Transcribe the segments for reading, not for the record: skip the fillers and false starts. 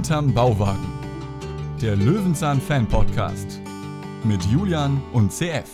Hinterm Bauwagen. Der Löwenzahn-Fan-Podcast. Mit Julian und CF.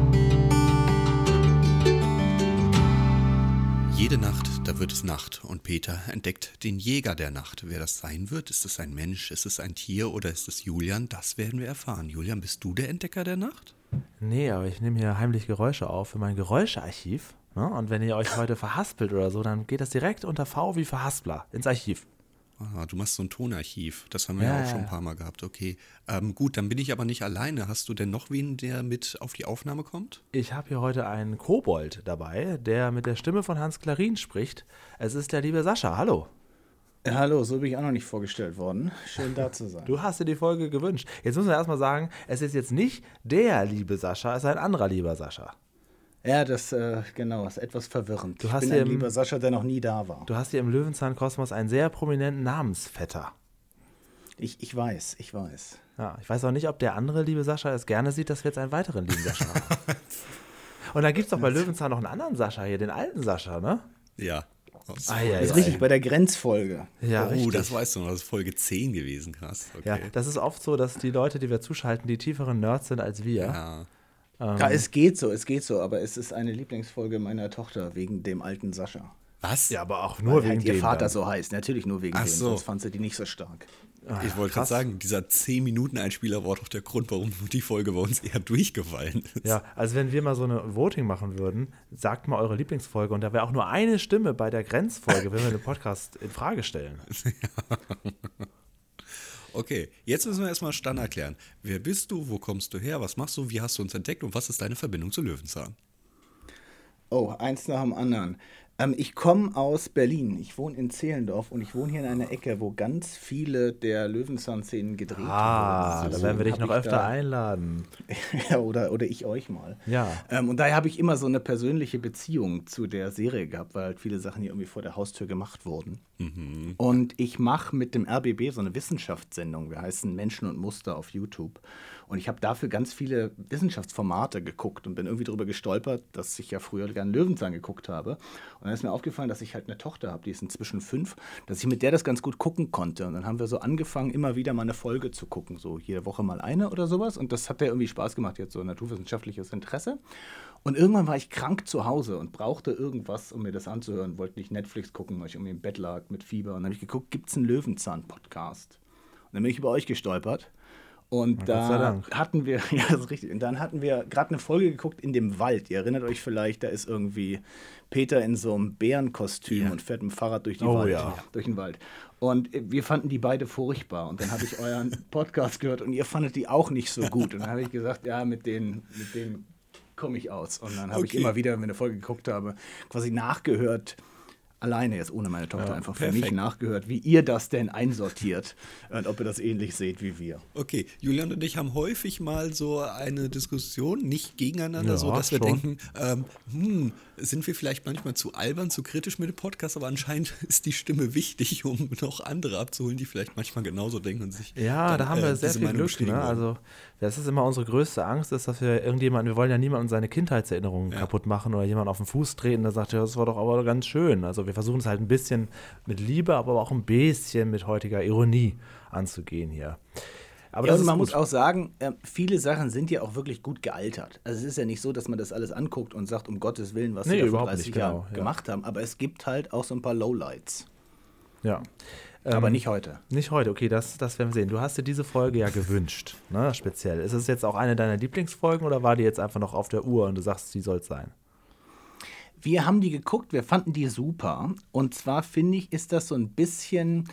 Jede Nacht, da wird es Nacht und Peter entdeckt den Jäger der Nacht. Wer das sein wird, ist es ein Mensch, ist es ein Tier oder ist es Julian? Das werden wir erfahren. Julian, bist du der Entdecker der Nacht? Nee, aber ich nehme hier heimlich Geräusche auf für mein Geräuschearchiv. Ne? Und wenn ihr euch heute verhaspelt oder so, dann geht das direkt unter V wie Verhaspler ins Archiv. Ah, du machst so ein Tonarchiv. Das haben wir ja auch schon ein paar Mal gehabt. Okay, gut, dann bin ich aber nicht alleine. Hast du denn noch wen, der mit auf die Aufnahme kommt? Ich habe hier heute einen Kobold dabei, der mit der Stimme von Hans Klarin spricht. Es ist der liebe Sascha. Hallo. Ja, hallo, so bin ich auch noch nicht vorgestellt worden. Schön da zu sein. Du hast dir die Folge gewünscht. Jetzt müssen wir erstmal sagen, es ist jetzt nicht der liebe Sascha, es ist ein anderer lieber Sascha. Ja, das genau, ist etwas verwirrend. Du hast ich bin ein lieber Sascha, der noch nie da war. Du hast hier im Löwenzahn-Kosmos einen sehr prominenten Namensvetter. Ich weiß. Ja, ich weiß auch nicht, ob der andere liebe Sascha es gerne sieht, dass wir jetzt einen weiteren lieben Sascha haben. Und dann gibt es doch bei Löwenzahn noch einen anderen Sascha hier, den alten Sascha, ne? Ja. Das ist richtig, bei der Grenzfolge. Ja, richtig. Das weißt du noch, das ist Folge 10 gewesen, krass. Okay. Ja, das ist oft so, dass die Leute, die wir zuschalten, die tieferen Nerds sind als wir. Ja. Ja, es geht so, aber es ist eine Lieblingsfolge meiner Tochter wegen dem alten Sascha. Was? Ja, aber auch nur Weil wegen halt ihr dem Vater dann. so heißt, natürlich nur wegen Ach dem, so. sonst fand sie die nicht so stark. Ich wollte gerade sagen, dieser 10-Minuten-Einspieler war doch der Grund, warum die Folge bei uns eher durchgefallen ist. Ja, also wenn wir mal so eine Voting machen würden, sagt mal eure Lieblingsfolge und da wäre auch nur eine Stimme bei der Grenzfolge, wenn wir den Podcast in Frage stellen. Okay, jetzt müssen wir erstmal Standard klären. Wer bist du, wo kommst du her, was machst du, wie hast du uns entdeckt und was ist deine Verbindung zu Löwenzahn? Oh, eins nach dem anderen. Ich komme aus Berlin. Ich wohne in Zehlendorf und ich wohne hier in einer Ecke, wo ganz viele der Löwenzahn-Szenen gedreht wurden. Da werden wir dich noch öfter einladen. Ja, oder ich euch mal. Ja. Und daher habe ich immer so eine persönliche Beziehung zu der Serie gehabt, weil halt viele Sachen hier irgendwie vor der Haustür gemacht wurden. Mhm. Und ich mache mit dem RBB so eine Wissenschaftssendung. Wir heißen Menschen und Muster auf YouTube. Und ich habe dafür ganz viele Wissenschaftsformate geguckt und bin irgendwie darüber gestolpert, dass ich ja früher gerne Löwenzahn geguckt habe. Und dann ist mir aufgefallen, dass ich halt eine Tochter habe, die ist inzwischen 5, dass ich mit der das ganz gut gucken konnte. Und dann haben wir so angefangen, immer wieder mal eine Folge zu gucken, so jede Woche mal eine oder sowas. Und das hat ja irgendwie Spaß gemacht, jetzt so naturwissenschaftliches Interesse. Und irgendwann war ich krank zu Hause und brauchte irgendwas, um mir das anzuhören. Wollte nicht Netflix gucken, weil ich irgendwie im Bett lag mit Fieber. Und dann habe ich geguckt, gibt es einen Löwenzahn-Podcast? Und dann bin ich über euch gestolpert. Und da hatten wir, ja, das ist richtig, und dann hatten wir gerade eine Folge geguckt in dem Wald. Ihr erinnert euch vielleicht, da ist irgendwie Peter in so einem Bärenkostüm und fährt mit dem Fahrrad durch durch den Wald. Und wir fanden die beide furchtbar. Und dann habe ich euren Podcast gehört und ihr fandet die auch nicht so gut. Und dann habe ich gesagt, ja, mit denen komme ich aus. Und dann habe ich immer wieder, wenn ich eine Folge geguckt habe, quasi nachgehört, alleine jetzt ohne meine Tochter, einfach für mich nachgehört, wie ihr das denn einsortiert und ob ihr das ähnlich seht wie wir. Okay, Julian und ich haben häufig mal so eine Diskussion, nicht gegeneinander, so dass wir schon denken, sind wir vielleicht manchmal zu albern, zu kritisch mit dem Podcast, aber anscheinend ist die Stimme wichtig, um noch andere abzuholen, die vielleicht manchmal genauso denken und sich da haben wir sehr viel Glück, ne? Also das ist immer unsere größte Angst, ist, dass wir wollen ja niemanden seine Kindheitserinnerungen kaputt machen oder jemanden auf den Fuß treten, der sagt, ja, das war doch aber ganz schön. Also wir versuchen es halt ein bisschen mit Liebe, aber auch ein bisschen mit heutiger Ironie anzugehen hier. Aber ja, und man muss auch sagen, viele Sachen sind ja auch wirklich gut gealtert. Also es ist ja nicht so, dass man das alles anguckt und sagt, um Gottes Willen, was sie da vor 30 Jahren gemacht haben. Aber es gibt halt auch so ein paar Lowlights. Ja. Aber nicht heute. Nicht heute, okay, das werden wir sehen. Du hast dir diese Folge ja gewünscht, ne, speziell. Ist es jetzt auch eine deiner Lieblingsfolgen oder war die jetzt einfach noch auf der Uhr und du sagst, die soll es sein? Wir haben die geguckt, wir fanden die super. Und zwar finde ich, ist das so ein bisschen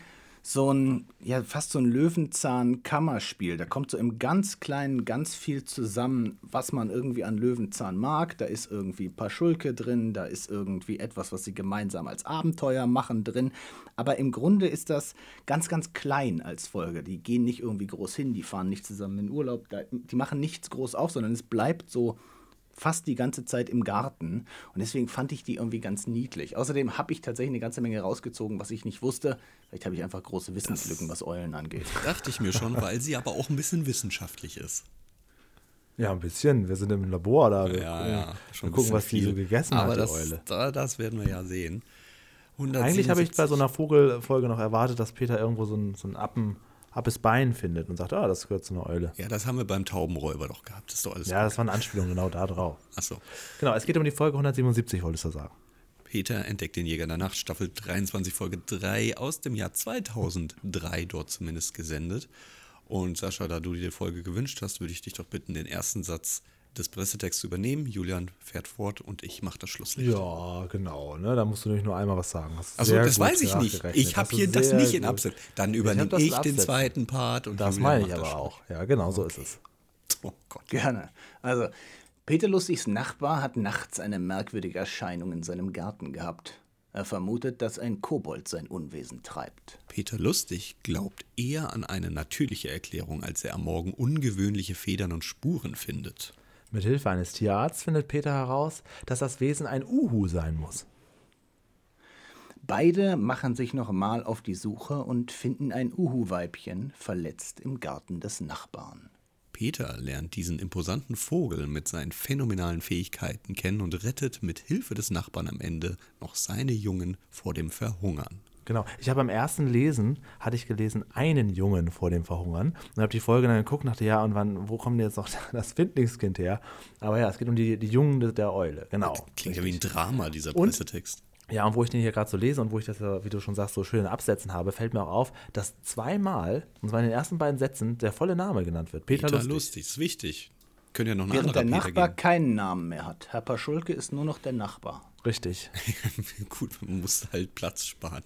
fast so ein Löwenzahn-Kammerspiel. Da kommt so im ganz Kleinen ganz viel zusammen, was man irgendwie an Löwenzahn mag. Da ist irgendwie Paschulke drin, da ist irgendwie etwas, was sie gemeinsam als Abenteuer machen drin. Aber im Grunde ist das ganz, ganz klein als Folge. Die gehen nicht irgendwie groß hin, die fahren nicht zusammen in Urlaub, die machen nichts groß auf, sondern es bleibt so fast die ganze Zeit im Garten und deswegen fand ich die irgendwie ganz niedlich. Außerdem habe ich tatsächlich eine ganze Menge rausgezogen, was ich nicht wusste. Vielleicht habe ich einfach große Wissenslücken, was Eulen angeht. Dachte ich mir schon, weil sie aber auch ein bisschen wissenschaftlich ist. Ja, ein bisschen. Wir sind im Labor da. Wir gucken, was die so gegessen hat, die Eule. Das werden wir ja sehen. Eigentlich habe ich bei so einer Vogelfolge noch erwartet, dass Peter irgendwo so einen Appen abes Bein findet und sagt, das gehört zu einer Eule. Ja, das haben wir beim Taubenräuber doch gehabt. Das ist doch alles Ja, das war eine Anspielung genau da drauf. Ach so. Genau, es geht um die Folge 177, wolltest du sagen. Peter entdeckt den Jäger der Nacht, Staffel 23, Folge 3 aus dem Jahr 2003, dort zumindest gesendet. Und Sascha, da du dir die Folge gewünscht hast, würde ich dich doch bitten, den ersten Satz des Pressetexts zu übernehmen. Julian fährt fort und ich mache das Schlusslicht. Ja, genau. Ne? Da musst du nämlich nur einmal was sagen. Achso, das weiß ich nicht. Ich habe hier das nicht in Absatz. Dann übernehme ich den zweiten Part. Und das meine ich aber auch. Ja, genau, so ist es. Oh Gott. Gerne. Also, Peter Lustigs Nachbar hat nachts eine merkwürdige Erscheinung in seinem Garten gehabt. Er vermutet, dass ein Kobold sein Unwesen treibt. Peter Lustig glaubt eher an eine natürliche Erklärung, als er am Morgen ungewöhnliche Federn und Spuren findet. Mit Hilfe eines Tierarztes findet Peter heraus, dass das Wesen ein Uhu sein muss. Beide machen sich nochmal auf die Suche und finden ein Uhu-Weibchen verletzt im Garten des Nachbarn. Peter lernt diesen imposanten Vogel mit seinen phänomenalen Fähigkeiten kennen und rettet mit Hilfe des Nachbarn am Ende noch seine Jungen vor dem Verhungern. Genau, ich habe beim ersten Lesen, hatte ich gelesen, einen Jungen vor dem Verhungern und habe die Folge dann geguckt und dachte, ja, und wo kommt denn jetzt noch das Findlingskind her? Aber ja, es geht um die Jungen der Eule, genau. Das klingt ja wie ein Drama, dieser Pressetext. Ja, und wo ich den hier gerade so lese und wo ich das, wie du schon sagst, so schön in Absätzen habe, fällt mir auch auf, dass zweimal, und zwar in den ersten beiden Sätzen, der volle Name genannt wird. Peter Lustig. Ist wichtig. Können ja noch ein Während der Peter Nachbar geben. keinen Namen mehr hat. Herr Paschulke ist nur noch der Nachbar. Richtig. Gut, man muss halt Platz sparen.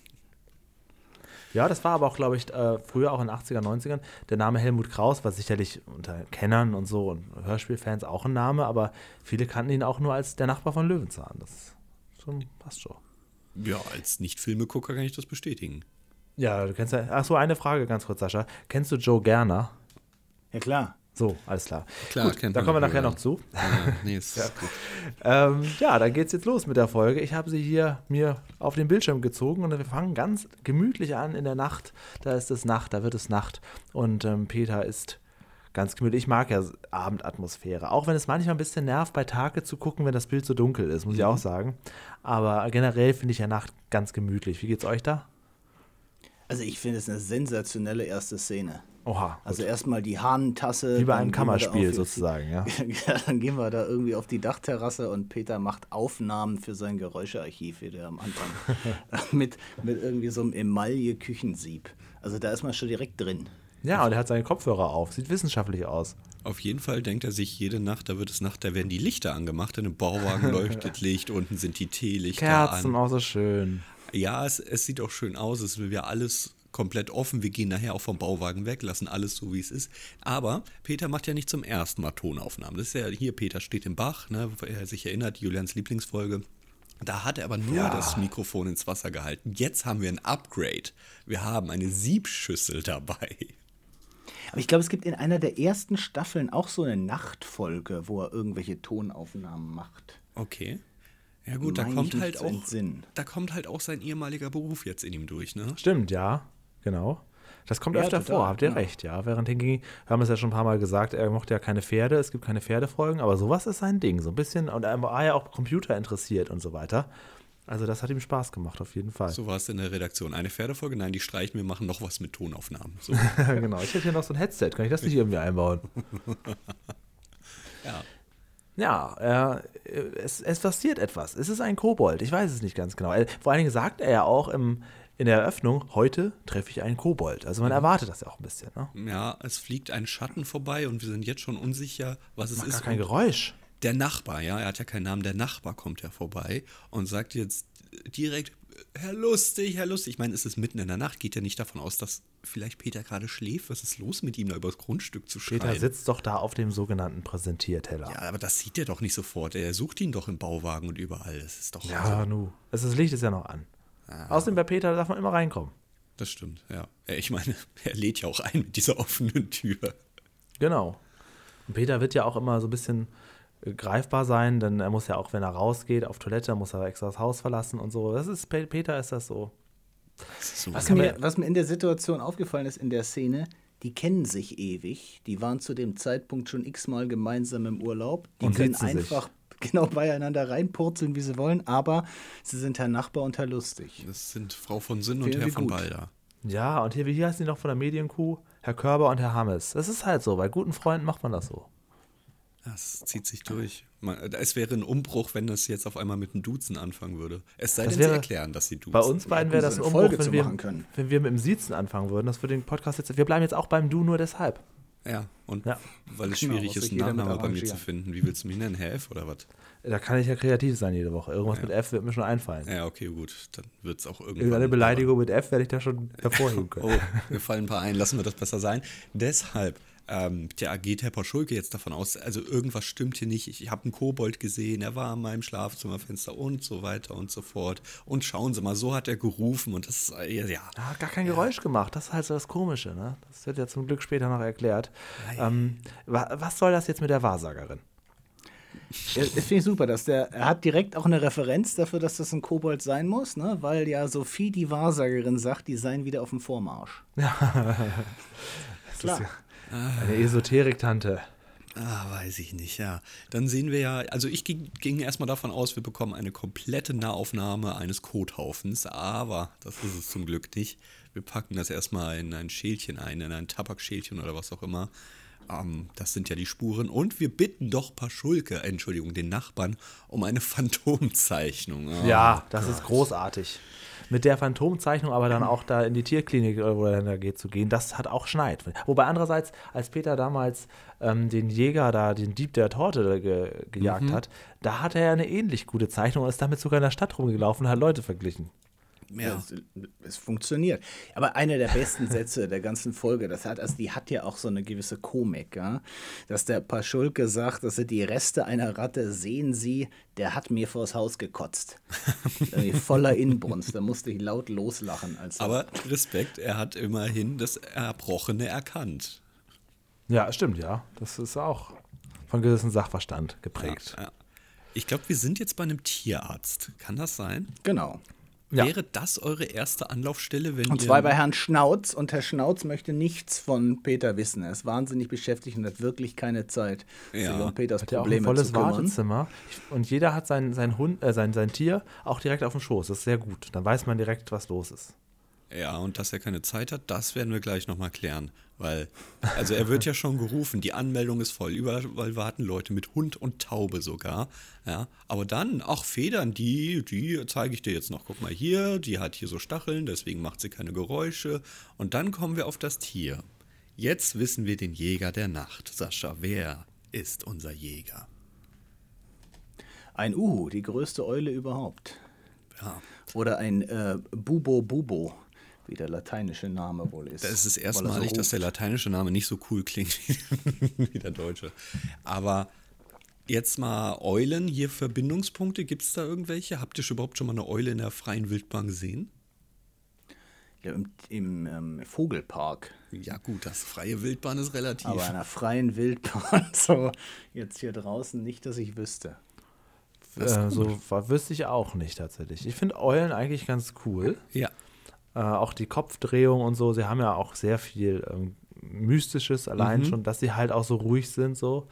Ja, das war aber auch, glaube ich, früher auch in den 80er, 90ern. Der Name Helmut Kraus war sicherlich unter Kennern und so und Hörspielfans auch ein Name, aber viele kannten ihn auch nur als der Nachbar von Löwenzahn. Das passt schon. Ja, als Nicht-Filmegucker kann ich das bestätigen. Ja, du kennst ja. Ach so, eine Frage ganz kurz, Sascha. Kennst du Joe Gerner? Ja, klar. So, alles klar. Klar, gut, da kommen wir nachher noch zu. Nee, ist gut. Ja, dann geht's jetzt los mit der Folge. Ich habe sie hier mir auf den Bildschirm gezogen und wir fangen ganz gemütlich an in der Nacht. Da ist es Nacht, da wird es Nacht und Peter ist ganz gemütlich. Ich mag ja Abendatmosphäre, auch wenn es manchmal ein bisschen nervt, bei Tage zu gucken, wenn das Bild so dunkel ist, muss ich auch sagen. Aber generell finde ich ja Nacht ganz gemütlich. Wie geht's euch da? Also ich finde es eine sensationelle erste Szene. Oha. Also erstmal die Hahnentasse. Wie bei einem Kammerspiel sozusagen, ja. Ja, dann gehen wir da irgendwie auf die Dachterrasse und Peter macht Aufnahmen für sein Geräuschearchiv, wie der am Anfang mit irgendwie so einem Emaille-Küchensieb. Also da ist man schon direkt drin. Ja, und er hat seine Kopfhörer auf. Sieht wissenschaftlich aus. Auf jeden Fall denkt er sich, jede Nacht, da wird es Nacht, da werden die Lichter angemacht. In einem Bauwagen leuchtet Licht, unten sind die Teelichter Kerzen, an. auch so schön. Ja, es sieht auch schön aus. Es will ja alles komplett offen. Wir gehen nachher auch vom Bauwagen weg, lassen alles so, wie es ist. Aber Peter macht ja nicht zum ersten Mal Tonaufnahmen. Das ist ja hier, Peter steht im Bach, ne, er sich erinnert, Julians Lieblingsfolge. Da hat er aber nur das Mikrofon ins Wasser gehalten. Jetzt haben wir ein Upgrade. Wir haben eine Siebschüssel dabei. Aber ich glaube, es gibt in einer der ersten Staffeln auch so eine Nachtfolge, wo er irgendwelche Tonaufnahmen macht. Okay. Ja gut, da kommt halt auch sein ehemaliger Beruf jetzt in ihm durch, ne? Stimmt, ja, genau. Das kommt öfter total, vor, habt ihr recht, ja. Während hingegen, wir haben es ja schon ein paar Mal gesagt, er mochte ja keine Pferde, es gibt keine Pferdefolgen, aber sowas ist sein Ding, so ein bisschen. Und er war ja auch Computer interessiert und so weiter. Also das hat ihm Spaß gemacht, auf jeden Fall. So war es in der Redaktion. Eine Pferdefolge? Nein, die streichen wir, machen noch was mit Tonaufnahmen. So. Genau, ich hätte hier noch so ein Headset, kann ich das nicht irgendwie einbauen? Ja. Ja, es passiert etwas. Es ist ein Kobold, ich weiß es nicht ganz genau. Vor allen Dingen sagt er ja auch in der Eröffnung, heute treffe ich einen Kobold. Also man erwartet das ja auch ein bisschen. Ne? Ja, es fliegt ein Schatten vorbei und wir sind jetzt schon unsicher, was es Macht ist. Gar kein Geräusch. Der Nachbar, ja, er hat ja keinen Namen, der Nachbar kommt ja vorbei und sagt jetzt direkt, Herr Lustig. Ich meine, es ist mitten in der Nacht, geht ja nicht davon aus, dass vielleicht Peter gerade schläft. Was ist los mit ihm, da übers Grundstück zu schreien? Peter sitzt doch da auf dem sogenannten Präsentierteller. Ja, aber das sieht er doch nicht sofort. Er sucht ihn doch im Bauwagen und überall. Das ist doch ja, das Licht ist ja noch an. Außerdem bei Peter darf man immer reinkommen. Das stimmt, ja. Ich meine, er lädt ja auch ein mit dieser offenen Tür. Genau. Und Peter wird ja auch immer so ein bisschen greifbar sein, denn er muss ja auch, wenn er rausgeht auf Toilette, muss er extra das Haus verlassen und so. Peter ist das so. Was mir in der Situation aufgefallen ist, in der Szene, die kennen sich ewig, die waren zu dem Zeitpunkt schon x-mal gemeinsam im Urlaub, die und können einfach genau beieinander reinpurzeln, wie sie wollen, aber sie sind Herr Nachbar und Herr Lustig. Das sind Frau von Sinn und Herr von Balder. Ja, und hier heißen die noch von der Medienkuh? Herr Körber und Herr Hammes. Das ist halt so, bei guten Freunden macht man das so. Das zieht sich durch. Es wäre ein Umbruch, wenn das jetzt auf einmal mit einem Duzen anfangen würde. Es sei denn, sie erklären, dass sie duzen. Bei uns beiden wäre das ein Umbruch, wenn wir mit dem Siezen anfangen würden. Das würde den Podcast jetzt. Wir bleiben jetzt auch beim Du nur deshalb. Ja, und weil es schwierig ist, einen Nachnamen bei mir zu finden. Wie willst du mich nennen? Herr F. oder was? Da kann ich ja kreativ sein jede Woche. Irgendwas mit F wird mir schon einfallen. Ja, okay, gut. Dann wird es auch irgendwann. Irgendeine Beleidigung mit F werde ich da schon hervorheben können. Oh, mir fallen ein paar ein. Lassen wir das besser sein. Deshalb geht Herr Paschulke jetzt davon aus, also irgendwas stimmt hier nicht. Ich habe einen Kobold gesehen, er war an meinem Schlafzimmerfenster und so weiter und so fort. Und schauen Sie mal, so hat er gerufen und das ist, Er hat gar kein Geräusch gemacht, das ist halt so das Komische, ne? Das wird ja zum Glück später noch erklärt. Was soll das jetzt mit der Wahrsagerin? Das finde ich super, er hat direkt auch eine Referenz dafür, dass das ein Kobold sein muss, ne? Weil ja Sophie, die Wahrsagerin, sagt, die seien wieder auf dem Vormarsch. Ja, klar. Eine Esoterik-Tante. Weiß ich nicht, ja. Dann sehen wir ja, also ich ging erstmal davon aus, wir bekommen eine komplette Nahaufnahme eines Kothaufens, aber das ist es zum Glück nicht. Wir packen das erstmal in ein Schälchen ein, in ein Tabakschälchen oder was auch immer. Das sind ja die Spuren. Und wir bitten doch den Nachbarn, um eine Phantomzeichnung. Das ist großartig. Mit der Phantomzeichnung aber dann auch da in die Tierklinik, wo er dann da geht, zu gehen, das hat auch Schneid. Wobei andererseits, als Peter damals den Jäger da, den Dieb der Torte gejagt hat, da hat er ja eine ähnlich gute Zeichnung und ist damit sogar in der Stadt rumgelaufen und hat Leute verglichen. Ja. Es funktioniert. Aber einer der besten Sätze der ganzen Folge, die hat ja auch so eine gewisse Komik, ja? Dass der Paschulke sagt, dass die Reste einer Ratte sehen Sie, der hat mir vors Haus gekotzt. Voller Inbrunst, da musste ich laut loslachen. Aber Respekt, er hat immerhin das Erbrochene erkannt. Ja, stimmt, ja. Das ist auch von gewissem Sachverstand geprägt. Ja. Ich glaube, wir sind jetzt bei einem Tierarzt. Kann das sein? Genau. Wäre das eure erste Anlaufstelle, Und zwar bei Herrn Schnauz. Und Herr Schnauz möchte nichts von Peter wissen. Er ist wahnsinnig beschäftigt und hat wirklich keine Zeit, sich um Peters Probleme zu kümmern. Hat ja auch ein volles Wartezimmer. Und jeder hat sein Tier auch direkt auf dem Schoß. Das ist sehr gut. Dann weiß man direkt, was los ist. Ja, und dass er keine Zeit hat, das werden wir gleich nochmal klären. Weil, also er wird ja schon gerufen, die Anmeldung ist voll, überall warten Leute mit Hund und Taube sogar. Ja, aber dann, Federn, die zeige ich dir jetzt noch. Guck mal hier, die hat hier so Stacheln, deswegen macht sie keine Geräusche. Und dann kommen wir auf das Tier. Jetzt wissen wir den Jäger der Nacht. Sascha, wer ist unser Jäger? Ein Uhu, die größte Eule überhaupt. Ja. Oder ein Bubo, wie der lateinische Name wohl ist. Das ist erstmalig, dass der lateinische Name nicht so cool klingt wie der deutsche. Aber jetzt mal Eulen, hier Verbindungspunkte, gibt es da irgendwelche? Habt ihr überhaupt schon mal eine Eule in der freien Wildbahn gesehen? Ja, im Vogelpark. Ja gut, das freie Wildbahn ist relativ. Aber in einer freien Wildbahn, so jetzt hier draußen, nicht, dass ich wüsste. Wüsste ich auch nicht tatsächlich. Ich finde Eulen eigentlich ganz cool. Ja. Auch die Kopfdrehung und so, sie haben ja auch sehr viel Mystisches, allein schon, dass sie halt auch so ruhig sind, so.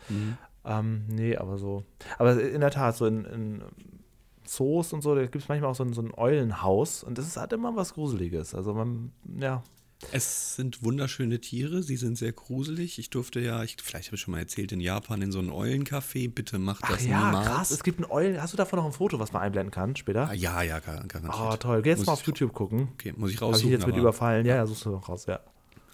Aber in der Tat, so in Zoos und so, da gibt es manchmal auch so ein Eulenhaus und das hat immer was Gruseliges. Also Es sind wunderschöne Tiere, sie sind sehr gruselig. Ich durfte vielleicht habe ich schon mal erzählt, in Japan in so ein Eulencafé, bitte macht das niemals. Krass, es gibt ein Eulen, hast du davon noch ein Foto, was man einblenden kann später? Ja, garantiert. Oh, toll, geh jetzt mal auf YouTube gucken. Okay, muss ich raussuchen. Habe ich jetzt mit überfallen? Ja, suchst du noch raus, ja.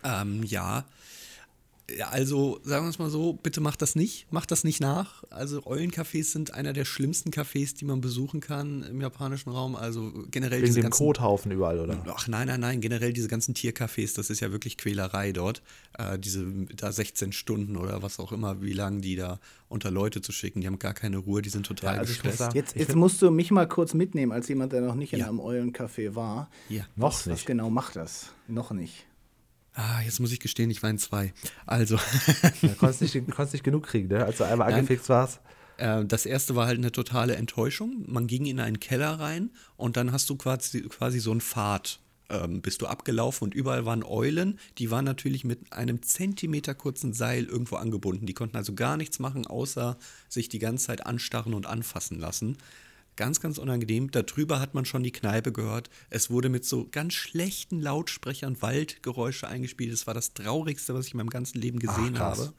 Ja, also sagen wir es mal so, bitte macht das nicht nach. Also Eulencafés sind einer der schlimmsten Cafés, die man besuchen kann im japanischen Raum. Also generell wegen dem Kothaufen überall, oder? Ach nein, generell diese ganzen Tiercafés, das ist ja wirklich Quälerei dort. Da 16 Stunden oder was auch immer, wie lange die da unter Leute zu schicken, die haben gar keine Ruhe, die sind total gestresst. Jetzt musst du mich mal kurz mitnehmen, als jemand, der noch nicht in einem Eulencafé war. Ja. Was genau macht das? Noch nicht. Jetzt muss ich gestehen, ich war in 2. Also. Ja, konntest nicht genug kriegen, ne? Als du einmal angefixt warst. Das erste war halt eine totale Enttäuschung. Man ging in einen Keller rein und dann hast du quasi so einen Pfad, bist du abgelaufen und überall waren Eulen. Die waren natürlich mit einem Zentimeter kurzen Seil irgendwo angebunden. Die konnten also gar nichts machen, außer sich die ganze Zeit anstarren und anfassen lassen. Ganz, ganz unangenehm. Darüber hat man schon die Kneipe gehört. Es wurde mit so ganz schlechten Lautsprechern Waldgeräusche eingespielt. Das war das Traurigste, was ich in meinem ganzen Leben gesehen habe.